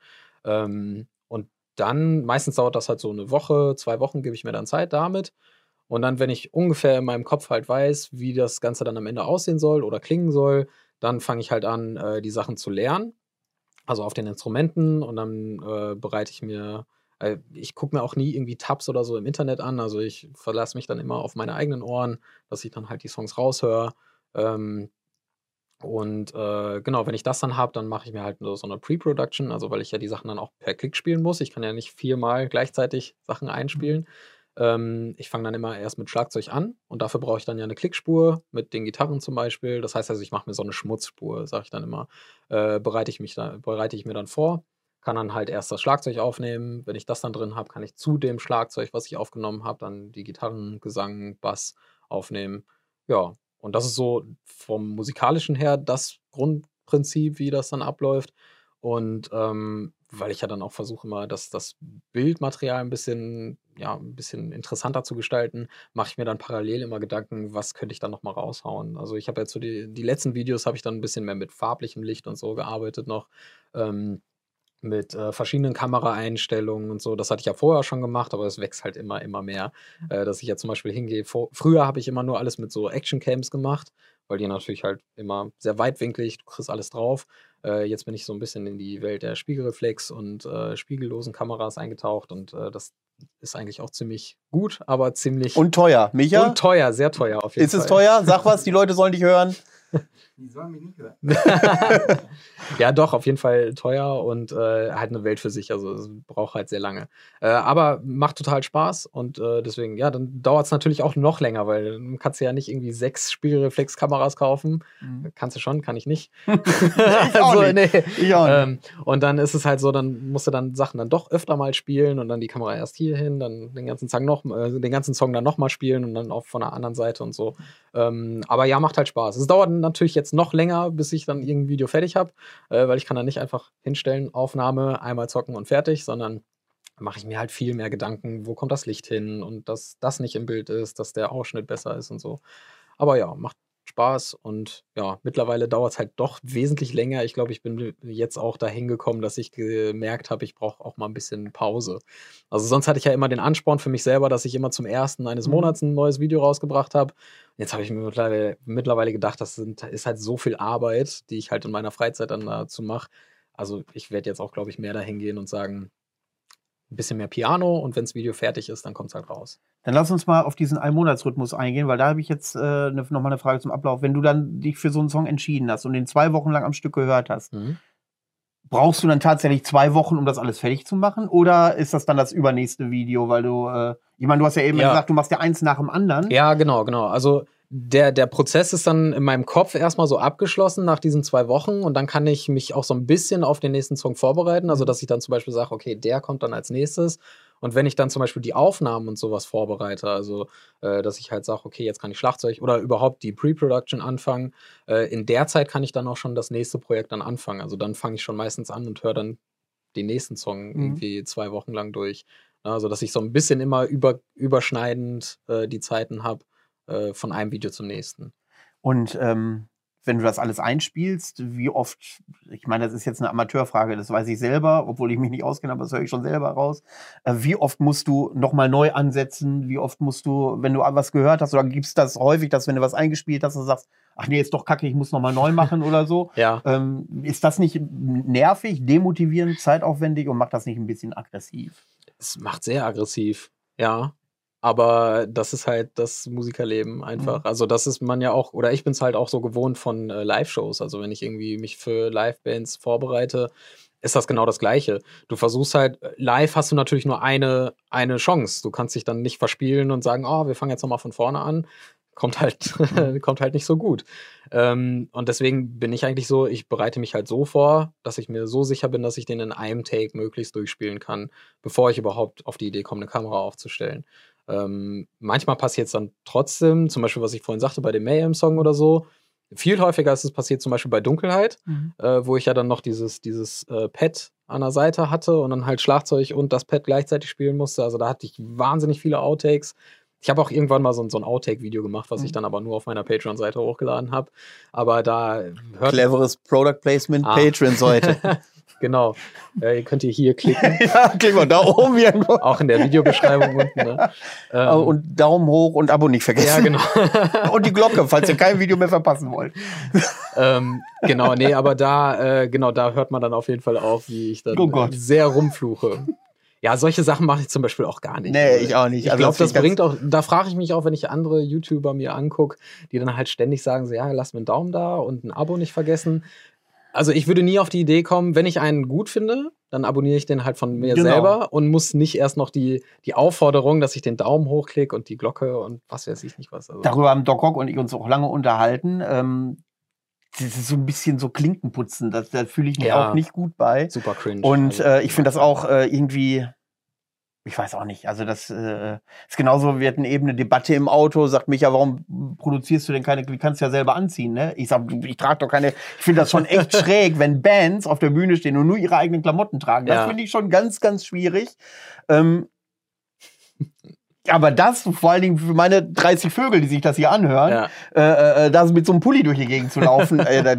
Und dann, meistens dauert das halt so eine Woche, 2 Wochen gebe ich mir dann Zeit damit. Und dann, wenn ich ungefähr in meinem Kopf halt weiß, wie das Ganze dann am Ende aussehen soll oder klingen soll, dann fange ich halt an, die Sachen zu lernen. Also auf den Instrumenten und dann bereite ich mir, ich gucke mir auch nie irgendwie Tabs oder so im Internet an. Also ich verlasse mich dann immer auf meine eigenen Ohren, dass ich dann halt die Songs raushöre. Und genau, wenn ich das dann habe, dann mache ich mir halt so eine Pre-Production, also weil ich ja die Sachen dann auch per Klick spielen muss. Ich kann ja nicht 4-mal gleichzeitig Sachen einspielen. Ich fange dann immer erst mit Schlagzeug an und dafür brauche ich dann ja eine Klickspur mit den Gitarren zum Beispiel. Das heißt also, ich mache mir so eine Schmutzspur, sage ich dann immer. Bereite ich mir dann vor, kann dann halt erst das Schlagzeug aufnehmen. Wenn ich das dann drin habe, kann ich zu dem Schlagzeug, was ich aufgenommen habe, dann die Gitarren, Gesang, Bass aufnehmen. Ja, und das ist so vom Musikalischen her das Grundprinzip, wie das dann abläuft. Und weil ich ja dann auch versuche immer, das Bildmaterial ein bisschen interessanter zu gestalten, mache ich mir dann parallel immer Gedanken, was könnte ich dann noch mal raushauen. Also ich habe jetzt so die letzten Videos habe ich dann ein bisschen mehr mit farblichem Licht und so gearbeitet noch, mit verschiedenen Kameraeinstellungen und so. Das hatte ich ja vorher schon gemacht, aber es wächst halt immer mehr, dass ich ja zum Beispiel hingehe. Früher habe ich immer nur alles mit so Actioncams gemacht, weil die natürlich halt immer sehr weitwinklig, du kriegst alles drauf. Jetzt bin ich so ein bisschen in die Welt der Spiegelreflex und spiegellosen Kameras eingetaucht und das ist eigentlich auch ziemlich gut, aber ziemlich Und teuer. Micha? und teuer, sehr teuer auf jeden Ist es Fall. teuer? Sag was, die Leute sollen dich hören. Die sollen mich nicht hören. Ja, doch, auf jeden Fall teuer und halt eine Welt für sich. Also es braucht halt sehr lange. Aber macht total Spaß und deswegen, ja, dann dauert es natürlich auch noch länger, weil dann kannst du ja nicht irgendwie 6 Spiegelreflexkameras kaufen. Kannst du schon, kann ich nicht. Ich auch nicht. Nee. Ich auch nicht. Und dann ist es halt so, dann musst du dann Sachen dann doch öfter mal spielen und dann die Kamera erst hier hin, dann den ganzen Song dann nochmal spielen und dann auch von der anderen Seite und so. Aber ja, macht halt Spaß. Es dauert natürlich jetzt noch länger, bis ich dann irgendein Video fertig habe, weil ich kann dann nicht einfach hinstellen, Aufnahme, einmal zocken und fertig, sondern mache ich mir halt viel mehr Gedanken, wo kommt das Licht hin und dass das nicht im Bild ist, dass der Ausschnitt besser ist und so. Aber ja, macht Spaß und ja, mittlerweile dauert es halt doch wesentlich länger. Ich glaube, ich bin jetzt auch dahin gekommen, dass ich gemerkt habe, ich brauche auch mal ein bisschen Pause. Also sonst hatte ich ja immer den Ansporn für mich selber, dass ich immer zum 1. eines Monats ein neues Video rausgebracht habe. Jetzt habe ich mir mittlerweile gedacht, ist halt so viel Arbeit, die ich halt in meiner Freizeit dann dazu mache. Also ich werde jetzt auch, glaube ich, mehr dahin gehen und sagen, ein bisschen mehr Piano und wenn das Video fertig ist, dann kommt es halt raus. Dann lass uns mal auf diesen Einmonatsrhythmus eingehen, weil da habe ich jetzt nochmal eine Frage zum Ablauf. Wenn du dann dich für so einen Song entschieden hast und den 2 Wochen lang am Stück gehört hast, brauchst du dann tatsächlich 2 Wochen, um das alles fertig zu machen? Oder ist das dann das übernächste Video, weil du, ich meine, du hast ja eben gesagt, du machst ja eins nach dem anderen. Ja, genau. Also der Prozess ist dann in meinem Kopf erstmal so abgeschlossen nach diesen 2 Wochen und dann kann ich mich auch so ein bisschen auf den nächsten Song vorbereiten. Also, dass ich dann zum Beispiel sage, okay, der kommt dann als nächstes. Und wenn ich dann zum Beispiel die Aufnahmen und sowas vorbereite, also dass ich halt sage, okay, jetzt kann ich Schlagzeug oder überhaupt die Pre-Production anfangen, in der Zeit kann ich dann auch schon das nächste Projekt dann anfangen. Also dann fange ich schon meistens an und höre dann den nächsten Song irgendwie 2 Wochen lang durch. Also dass ich so ein bisschen immer überschneidend die Zeiten habe von einem Video zum nächsten. Und wenn du das alles einspielst, wie oft, ich meine, das ist jetzt eine Amateurfrage, das weiß ich selber, obwohl ich mich nicht auskenne, aber das höre ich schon selber raus. Wie oft musst du nochmal neu ansetzen? Wie oft musst du, wenn du was gehört hast, oder gibt es das häufig, dass wenn du was eingespielt hast, du sagst, ach nee, ist doch kacke, ich muss nochmal neu machen oder so? Ja. Ist das nicht nervig, demotivierend, zeitaufwendig und macht das nicht ein bisschen aggressiv? Es macht sehr aggressiv, ja. Aber das ist halt das Musikerleben einfach. Also das ist man ja auch, oder ich bin es halt auch so gewohnt von Live-Shows. Also wenn ich irgendwie mich für Live-Bands vorbereite, ist das genau das Gleiche. Du versuchst halt, live hast du natürlich nur eine Chance. Du kannst dich dann nicht verspielen und sagen, oh, wir fangen jetzt nochmal von vorne an. Kommt halt nicht so gut. Und deswegen bin ich eigentlich so, ich bereite mich halt so vor, dass ich mir so sicher bin, dass ich den in einem Take möglichst durchspielen kann, bevor ich überhaupt auf die Idee komme, eine Kamera aufzustellen. Manchmal passiert es dann trotzdem, zum Beispiel, was ich vorhin sagte, bei dem Mayhem-Song oder so. Viel häufiger ist es passiert zum Beispiel bei Dunkelheit, wo ich ja dann noch dieses Pad an der Seite hatte und dann halt Schlagzeug und das Pad gleichzeitig spielen musste. Also da hatte ich wahnsinnig viele Outtakes. Ich habe auch irgendwann mal so ein Outtake-Video gemacht, was ich dann aber nur auf meiner Patreon-Seite hochgeladen habe. Aber da hört... Cleveres Product Placement, Patreon-Seite. Genau. Könnt ihr hier klicken. Ja, klicken wir da oben irgendwo. Auch in der Videobeschreibung unten. Ne? Und Daumen hoch und Abo nicht vergessen. Ja, genau. Und die Glocke, falls ihr kein Video mehr verpassen wollt. Genau, nee, aber da hört man dann auf jeden Fall auch, wie ich dann sehr rumfluche. Ja, solche Sachen mache ich zum Beispiel auch gar nicht. Nee, ich auch nicht. Ich glaube, das bringt auch, da frage ich mich auch, wenn ich andere YouTuber mir angucke, die dann halt ständig sagen, so, ja, lass mir einen Daumen da und ein Abo nicht vergessen. Also ich würde nie auf die Idee kommen, wenn ich einen gut finde, dann abonniere ich den halt von mir selber und muss nicht erst noch die Aufforderung, dass ich den Daumen hochklicke und die Glocke und was weiß ich nicht was. Also. Darüber haben Doc Ock und ich uns auch lange unterhalten. Das ist so ein bisschen so Klinkenputzen, da fühle ich mich auch nicht gut bei. Super cringe. Und ich finde das auch irgendwie, ich weiß auch nicht, also das ist genauso, wir hatten eben eine Debatte im Auto, sagt Micha, warum produzierst du denn keine, wie kannst du ja selber anziehen, ne? Ich sag, ich trage doch keine, ich finde das schon echt schräg, wenn Bands auf der Bühne stehen und nur ihre eigenen Klamotten tragen. Das finde ich schon ganz, ganz schwierig. Aber das, vor allen Dingen für meine 30 Vögel, die sich das hier anhören, da so mit so einem Pulli durch die Gegend zu laufen,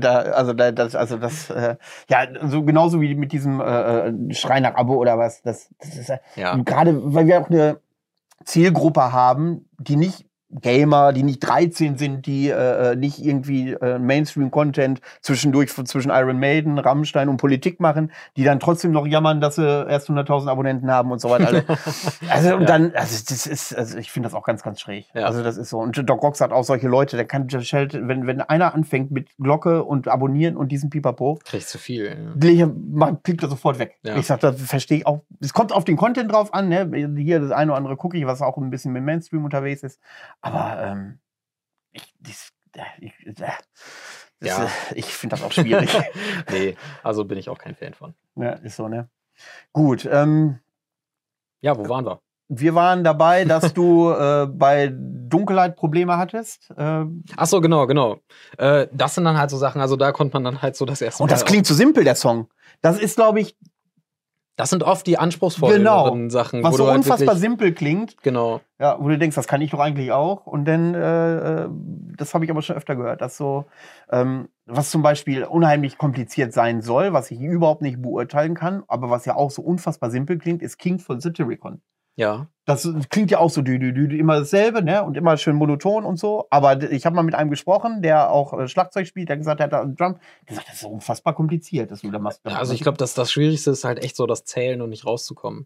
so genauso wie mit diesem Schrei nach Abo oder was, das ist gerade, weil wir auch eine Zielgruppe haben, die nicht Gamer, die nicht 13 sind, die nicht irgendwie Mainstream-Content zwischen Iron Maiden, Rammstein und Politik machen, die dann trotzdem noch jammern, dass sie erst 100.000 Abonnenten haben und so weiter. Also ich finde das auch ganz, ganz schräg. Ja. Also das ist so. Und Doc Rocks hat auch solche Leute, der kann, wenn einer anfängt mit Glocke und Abonnieren und diesem Pipapo, Kriegt zu viel. klickt er sofort weg. Ja. Ich sag, das verstehe ich auch. Es kommt auf den Content drauf an, ne? Hier das eine oder andere gucke ich, was auch ein bisschen mit Mainstream unterwegs ist. Aber ich finde das auch schwierig. Nee, also bin ich auch kein Fan von. Ja, ist so, ne? Gut. Ja, wo waren wir? Wir waren dabei, dass du bei Dunkelheit Probleme hattest. Ach so, genau. Das sind dann halt so Sachen, also da konnte man dann halt so das erste Mal. Und das klingt so simpel, der Song. Das ist, glaube ich, das sind oft die anspruchsvolleren Sachen. was wo so du halt unfassbar wirklich, simpel klingt. Genau. Ja, wo du denkst, das kann ich doch eigentlich auch. Und dann, das habe ich aber schon öfter gehört, dass so, was zum Beispiel unheimlich kompliziert sein soll, was ich überhaupt nicht beurteilen kann, aber was ja auch so unfassbar simpel klingt, ist King von Satyricon. Ja. Das klingt ja auch so immer dasselbe, ne? Und immer schön monoton und so. Aber ich habe mal mit einem gesprochen, der auch Schlagzeug spielt, der gesagt hat, Drum, der sagt, das ist so unfassbar kompliziert, dass du da machst. Ja, also ich glaube, dass das Schwierigste ist halt echt so das Zählen und nicht rauszukommen.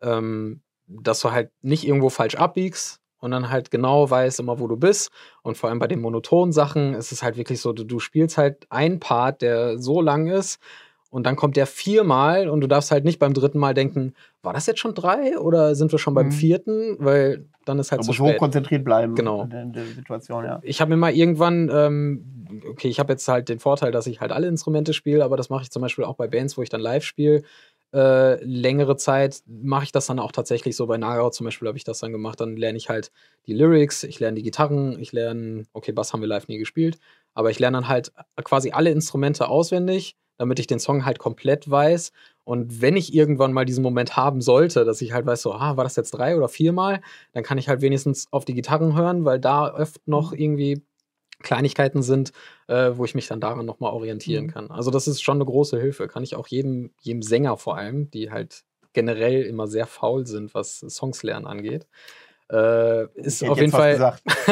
Dass du halt nicht irgendwo falsch abbiegst und dann halt genau weißt immer, wo du bist. Und vor allem bei den monotonen Sachen ist es halt wirklich so, du spielst halt einen Part, der so lang ist, und dann kommt der 4-mal und du darfst halt nicht beim 3. Mal denken, war das jetzt schon 3 oder sind wir schon beim 4.? Weil dann ist halt zu spät. Du spät. musst hochkonzentriert bleiben Genau. in der Situation, ja. Ich habe mir mal irgendwann, okay, ich habe jetzt halt den Vorteil, dass ich halt alle Instrumente spiele, aber das mache ich zum Beispiel auch bei Bands, wo ich dann live spiele. Längere Zeit mache ich das dann auch tatsächlich so. Bei Nagao zum Beispiel habe ich das dann gemacht. Dann lerne ich halt die Lyrics, ich lerne die Gitarren, ich lerne, okay, Bass haben wir live nie gespielt, aber ich lerne dann halt quasi alle Instrumente auswendig, damit ich den Song halt komplett weiß. Und wenn ich irgendwann mal diesen Moment haben sollte, dass ich halt weiß, so, war das jetzt 3 oder 4-mal, dann kann ich halt wenigstens auf die Gitarren hören, weil da oft noch irgendwie Kleinigkeiten sind, wo ich mich dann daran nochmal orientieren kann. Also das ist schon eine große Hilfe. Kann ich auch jedem Sänger vor allem, die halt generell immer sehr faul sind, was Songs lernen angeht. Ist auf jeden Fall,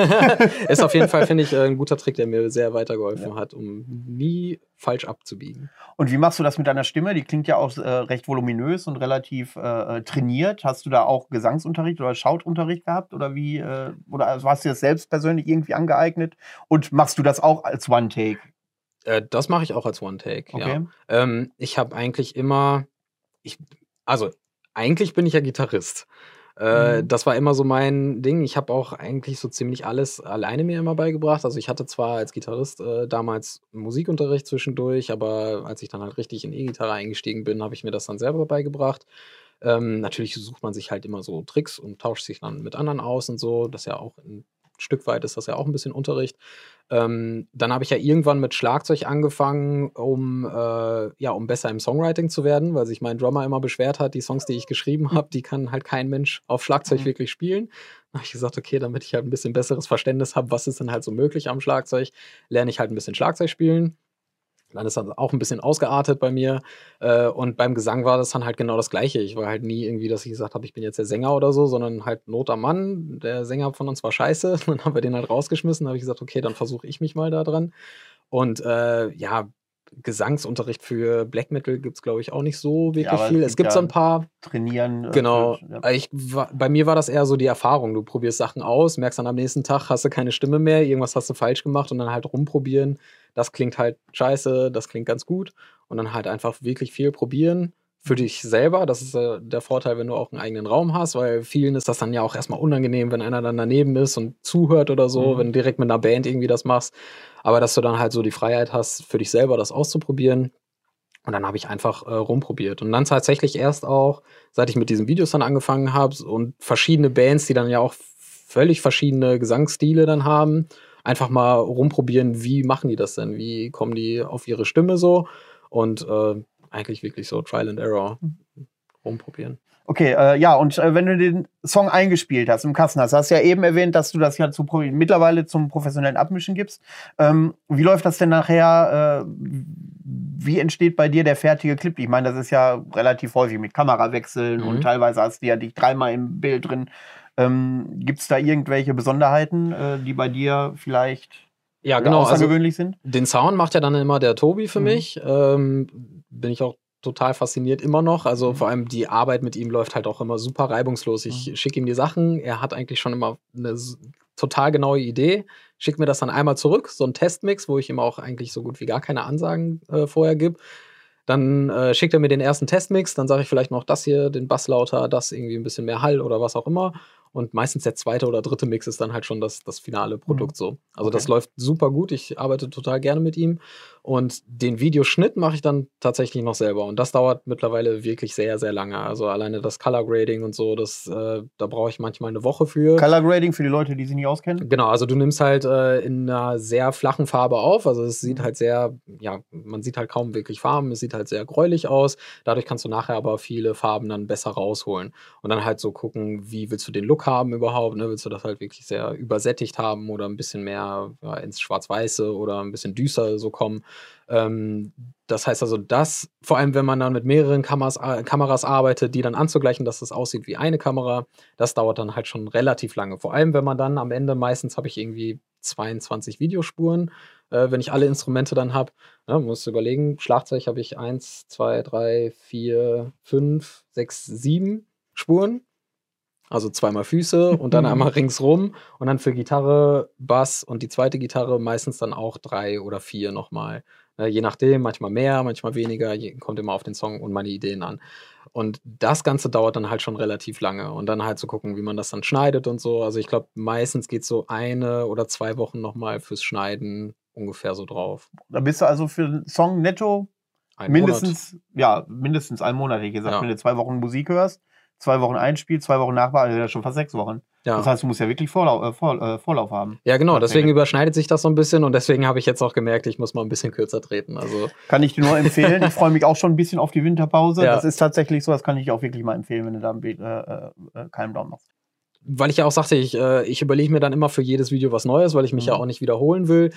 finde ich, ein guter Trick, der mir sehr weitergeholfen hat, um nie falsch abzubiegen. Und wie machst du das mit deiner Stimme? Die klingt ja auch recht voluminös und relativ trainiert. Hast du da auch Gesangsunterricht oder Schautunterricht gehabt? Oder wie? Oder hast du das selbst persönlich irgendwie angeeignet? Und machst du das auch als One-Take? Das mache ich auch als One-Take, okay. Ja. Ich habe eigentlich immer, eigentlich bin ich ja Gitarrist. Das war immer so mein Ding. Ich habe auch eigentlich so ziemlich alles alleine mir immer beigebracht. Also ich hatte zwar als Gitarrist damals Musikunterricht zwischendurch, aber als ich dann halt richtig in E-Gitarre eingestiegen bin, habe ich mir das dann selber beigebracht. Natürlich sucht man sich halt immer so Tricks und tauscht sich dann mit anderen aus und so. Das ist ja auch ein Stück weit ist das ja auch ein bisschen Unterricht. Dann habe ich ja irgendwann mit Schlagzeug angefangen, um besser im Songwriting zu werden, weil sich mein Drummer immer beschwert hat, die Songs, die ich geschrieben habe, die kann halt kein Mensch auf Schlagzeug wirklich spielen. Dann habe ich gesagt, okay, damit ich halt ein bisschen besseres Verständnis habe, was ist denn halt so möglich am Schlagzeug, lerne ich halt ein bisschen Schlagzeug spielen. Dann ist das auch ein bisschen ausgeartet bei mir. Und beim Gesang war das dann halt genau das Gleiche. Ich war halt nie irgendwie, dass ich gesagt habe, ich bin jetzt der Sänger oder so, sondern halt Not am Mann. Der Sänger von uns war scheiße. Dann haben wir den halt rausgeschmissen. Dann habe ich gesagt, okay, dann versuche ich mich mal da dran. Und Gesangsunterricht für Black Metal gibt es, glaube ich, auch nicht so wirklich viel. Es gibt so ein paar. Trainieren. Genau. Bei mir war das eher so die Erfahrung. Du probierst Sachen aus, merkst dann am nächsten Tag, hast du keine Stimme mehr, irgendwas hast du falsch gemacht und dann halt rumprobieren. Das klingt halt scheiße, das klingt ganz gut. Und dann halt einfach wirklich viel probieren für dich selber. Das ist der Vorteil, wenn du auch einen eigenen Raum hast, weil vielen ist das dann ja auch erstmal unangenehm, wenn einer dann daneben ist und zuhört oder so, wenn du direkt mit einer Band irgendwie das machst. Aber dass du dann halt so die Freiheit hast, für dich selber das auszuprobieren. Und dann habe ich einfach rumprobiert. Und dann tatsächlich erst auch, seit ich mit diesen Videos dann angefangen habe und verschiedene Bands, die dann ja auch völlig verschiedene Gesangsstile dann haben, einfach mal rumprobieren, wie machen die das denn? Wie kommen die auf ihre Stimme so? Und eigentlich wirklich so Trial and Error rumprobieren. Okay, und wenn du den Song eingespielt hast, im Kasten hast du ja eben erwähnt, dass du das ja mittlerweile zum professionellen Abmischen gibst. Wie läuft das denn nachher? Wie entsteht bei dir der fertige Clip? Ich meine, das ist ja relativ häufig mit Kamerawechseln und teilweise hast du ja dich 3-mal im Bild drin. Gibt es da irgendwelche Besonderheiten, die bei dir vielleicht Ja, genau. außergewöhnlich sind? Den Sound macht ja dann immer der Tobi für mich. Bin ich auch total fasziniert immer noch. Also vor allem die Arbeit mit ihm läuft halt auch immer super reibungslos. Ich schicke ihm die Sachen. Er hat eigentlich schon immer eine total genaue Idee. Schickt mir das dann einmal zurück, so ein Testmix, wo ich ihm auch eigentlich so gut wie gar keine Ansagen vorher gebe. Dann schickt er mir den ersten Testmix, dann sage ich vielleicht noch das hier, den Bass lauter, das irgendwie ein bisschen mehr Hall oder was auch immer. Und meistens der zweite oder dritte Mix ist dann halt schon das finale Produkt so. Also das läuft super gut, ich arbeite total gerne mit ihm. Und den Videoschnitt mache ich dann tatsächlich noch selber. Und das dauert mittlerweile wirklich sehr, sehr lange. Also alleine das Color Grading und so, da brauche ich manchmal eine Woche für. Color Grading für die Leute, die sich nicht auskennen? Genau, also du nimmst halt in einer sehr flachen Farbe auf. Also es sieht halt sehr, ja, man sieht halt kaum wirklich Farben. Es sieht halt sehr gräulich aus. Dadurch kannst du nachher aber viele Farben dann besser rausholen. Und dann halt so gucken, wie willst du den Look haben überhaupt? Ne? Willst du das halt wirklich sehr übersättigt haben oder ein bisschen mehr ins Schwarz-Weiße oder ein bisschen düster so kommen? Das heißt also, vor allem wenn man dann mit mehreren Kameras arbeitet, die dann anzugleichen, dass das aussieht wie eine Kamera, das dauert dann halt schon relativ lange. Vor allem, wenn man dann am Ende, meistens habe ich irgendwie 22 Videospuren, wenn ich alle Instrumente dann habe. Ja, musst du überlegen, Schlagzeug habe ich 1, 2, 3, 4, 5, 6, 7 Spuren. Also zweimal Füße und dann einmal ringsrum und dann für Gitarre, Bass und die zweite Gitarre meistens dann auch 3 oder 4 nochmal. Je nachdem, manchmal mehr, manchmal weniger, kommt immer auf den Song und meine Ideen an. Und das Ganze dauert dann halt schon relativ lange und dann halt zu gucken, wie man das dann schneidet und so. Also ich glaube, meistens geht so 1 oder 2 Wochen nochmal fürs Schneiden ungefähr so drauf. Da bist du also für einen Song netto mindestens einen Monat, hätte ich gesagt, wenn du 2 Wochen Musik hörst. 2 Wochen Einspiel, 2 Wochen Nachbearbeitung, ja schon fast 6 Wochen. Ja. Das heißt, du musst ja wirklich Vorlauf haben. Ja, genau. Deswegen überschneidet sich das so ein bisschen und deswegen habe ich jetzt auch gemerkt, ich muss mal ein bisschen kürzer treten. Also kann ich dir nur empfehlen. Ich freue mich auch schon ein bisschen auf die Winterpause. Ja. Das ist tatsächlich so, das kann ich auch wirklich mal empfehlen, wenn du da keinen Daumen machst. Weil ich ja auch sagte, ich überlege mir dann immer für jedes Video was Neues, weil ich mich ja auch nicht wiederholen will.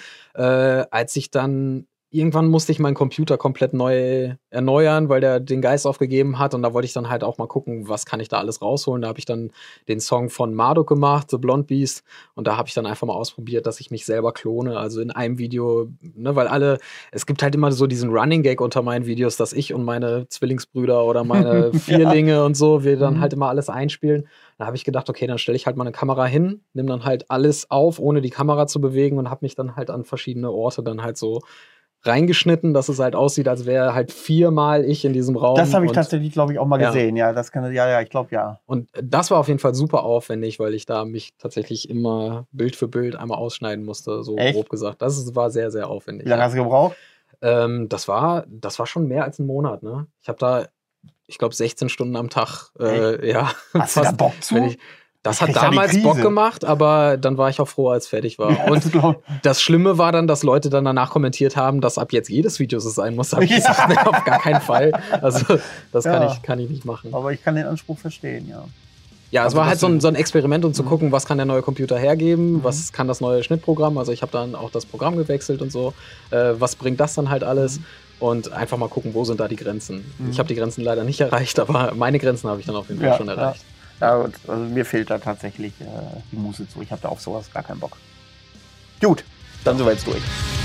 Als ich dann irgendwann musste ich meinen Computer komplett neu erneuern, weil der den Geist aufgegeben hat und da wollte ich dann halt auch mal gucken, was kann ich da alles rausholen. Da habe ich dann den Song von Marduk gemacht, The Blonde Beast, und da habe ich dann einfach mal ausprobiert, dass ich mich selber klone, also in einem Video, ne, weil es gibt halt immer so diesen Running Gag unter meinen Videos, dass ich und meine Zwillingsbrüder oder meine Vierlinge und so, wir dann halt immer alles einspielen. Da habe ich gedacht, okay, dann stelle ich halt mal eine Kamera hin, nehme dann halt alles auf, ohne die Kamera zu bewegen und habe mich dann halt an verschiedene Orte dann halt so reingeschnitten, dass es halt aussieht, als wäre halt 4-mal ich in diesem Raum. Das habe ich tatsächlich, glaube ich, auch mal gesehen. Ja, ich glaube, ja. Und das war auf jeden Fall super aufwendig, weil ich da mich tatsächlich immer Bild für Bild einmal ausschneiden musste, so grob gesagt. Das war sehr, sehr aufwendig. Wie lange hast du gebraucht? Das war schon mehr als einen Monat, ne? Ich habe da, ich glaube, 16 Stunden am Tag. Hast du da Bock zu? Das hat damals Bock gemacht, aber dann war ich auch froh, als fertig war. Ja, und das Schlimme war dann, dass Leute dann danach kommentiert haben, dass ab jetzt jedes Video so sein muss. Da habe ich gesagt, nee, auf gar keinen Fall. Also das kann ich nicht machen. Aber ich kann den Anspruch verstehen, ja. Ja, es war halt so ein Experiment, um zu gucken, was kann der neue Computer hergeben, was kann das neue Schnittprogramm. Also ich habe dann auch das Programm gewechselt und so. Was bringt das dann halt alles? Und einfach mal gucken, wo sind da die Grenzen. Ich habe die Grenzen leider nicht erreicht, aber meine Grenzen habe ich dann auf jeden Fall schon erreicht. Ja, also mir fehlt da tatsächlich die Muße zu. Ich habe da auf sowas gar keinen Bock. Gut, dann soweit durch.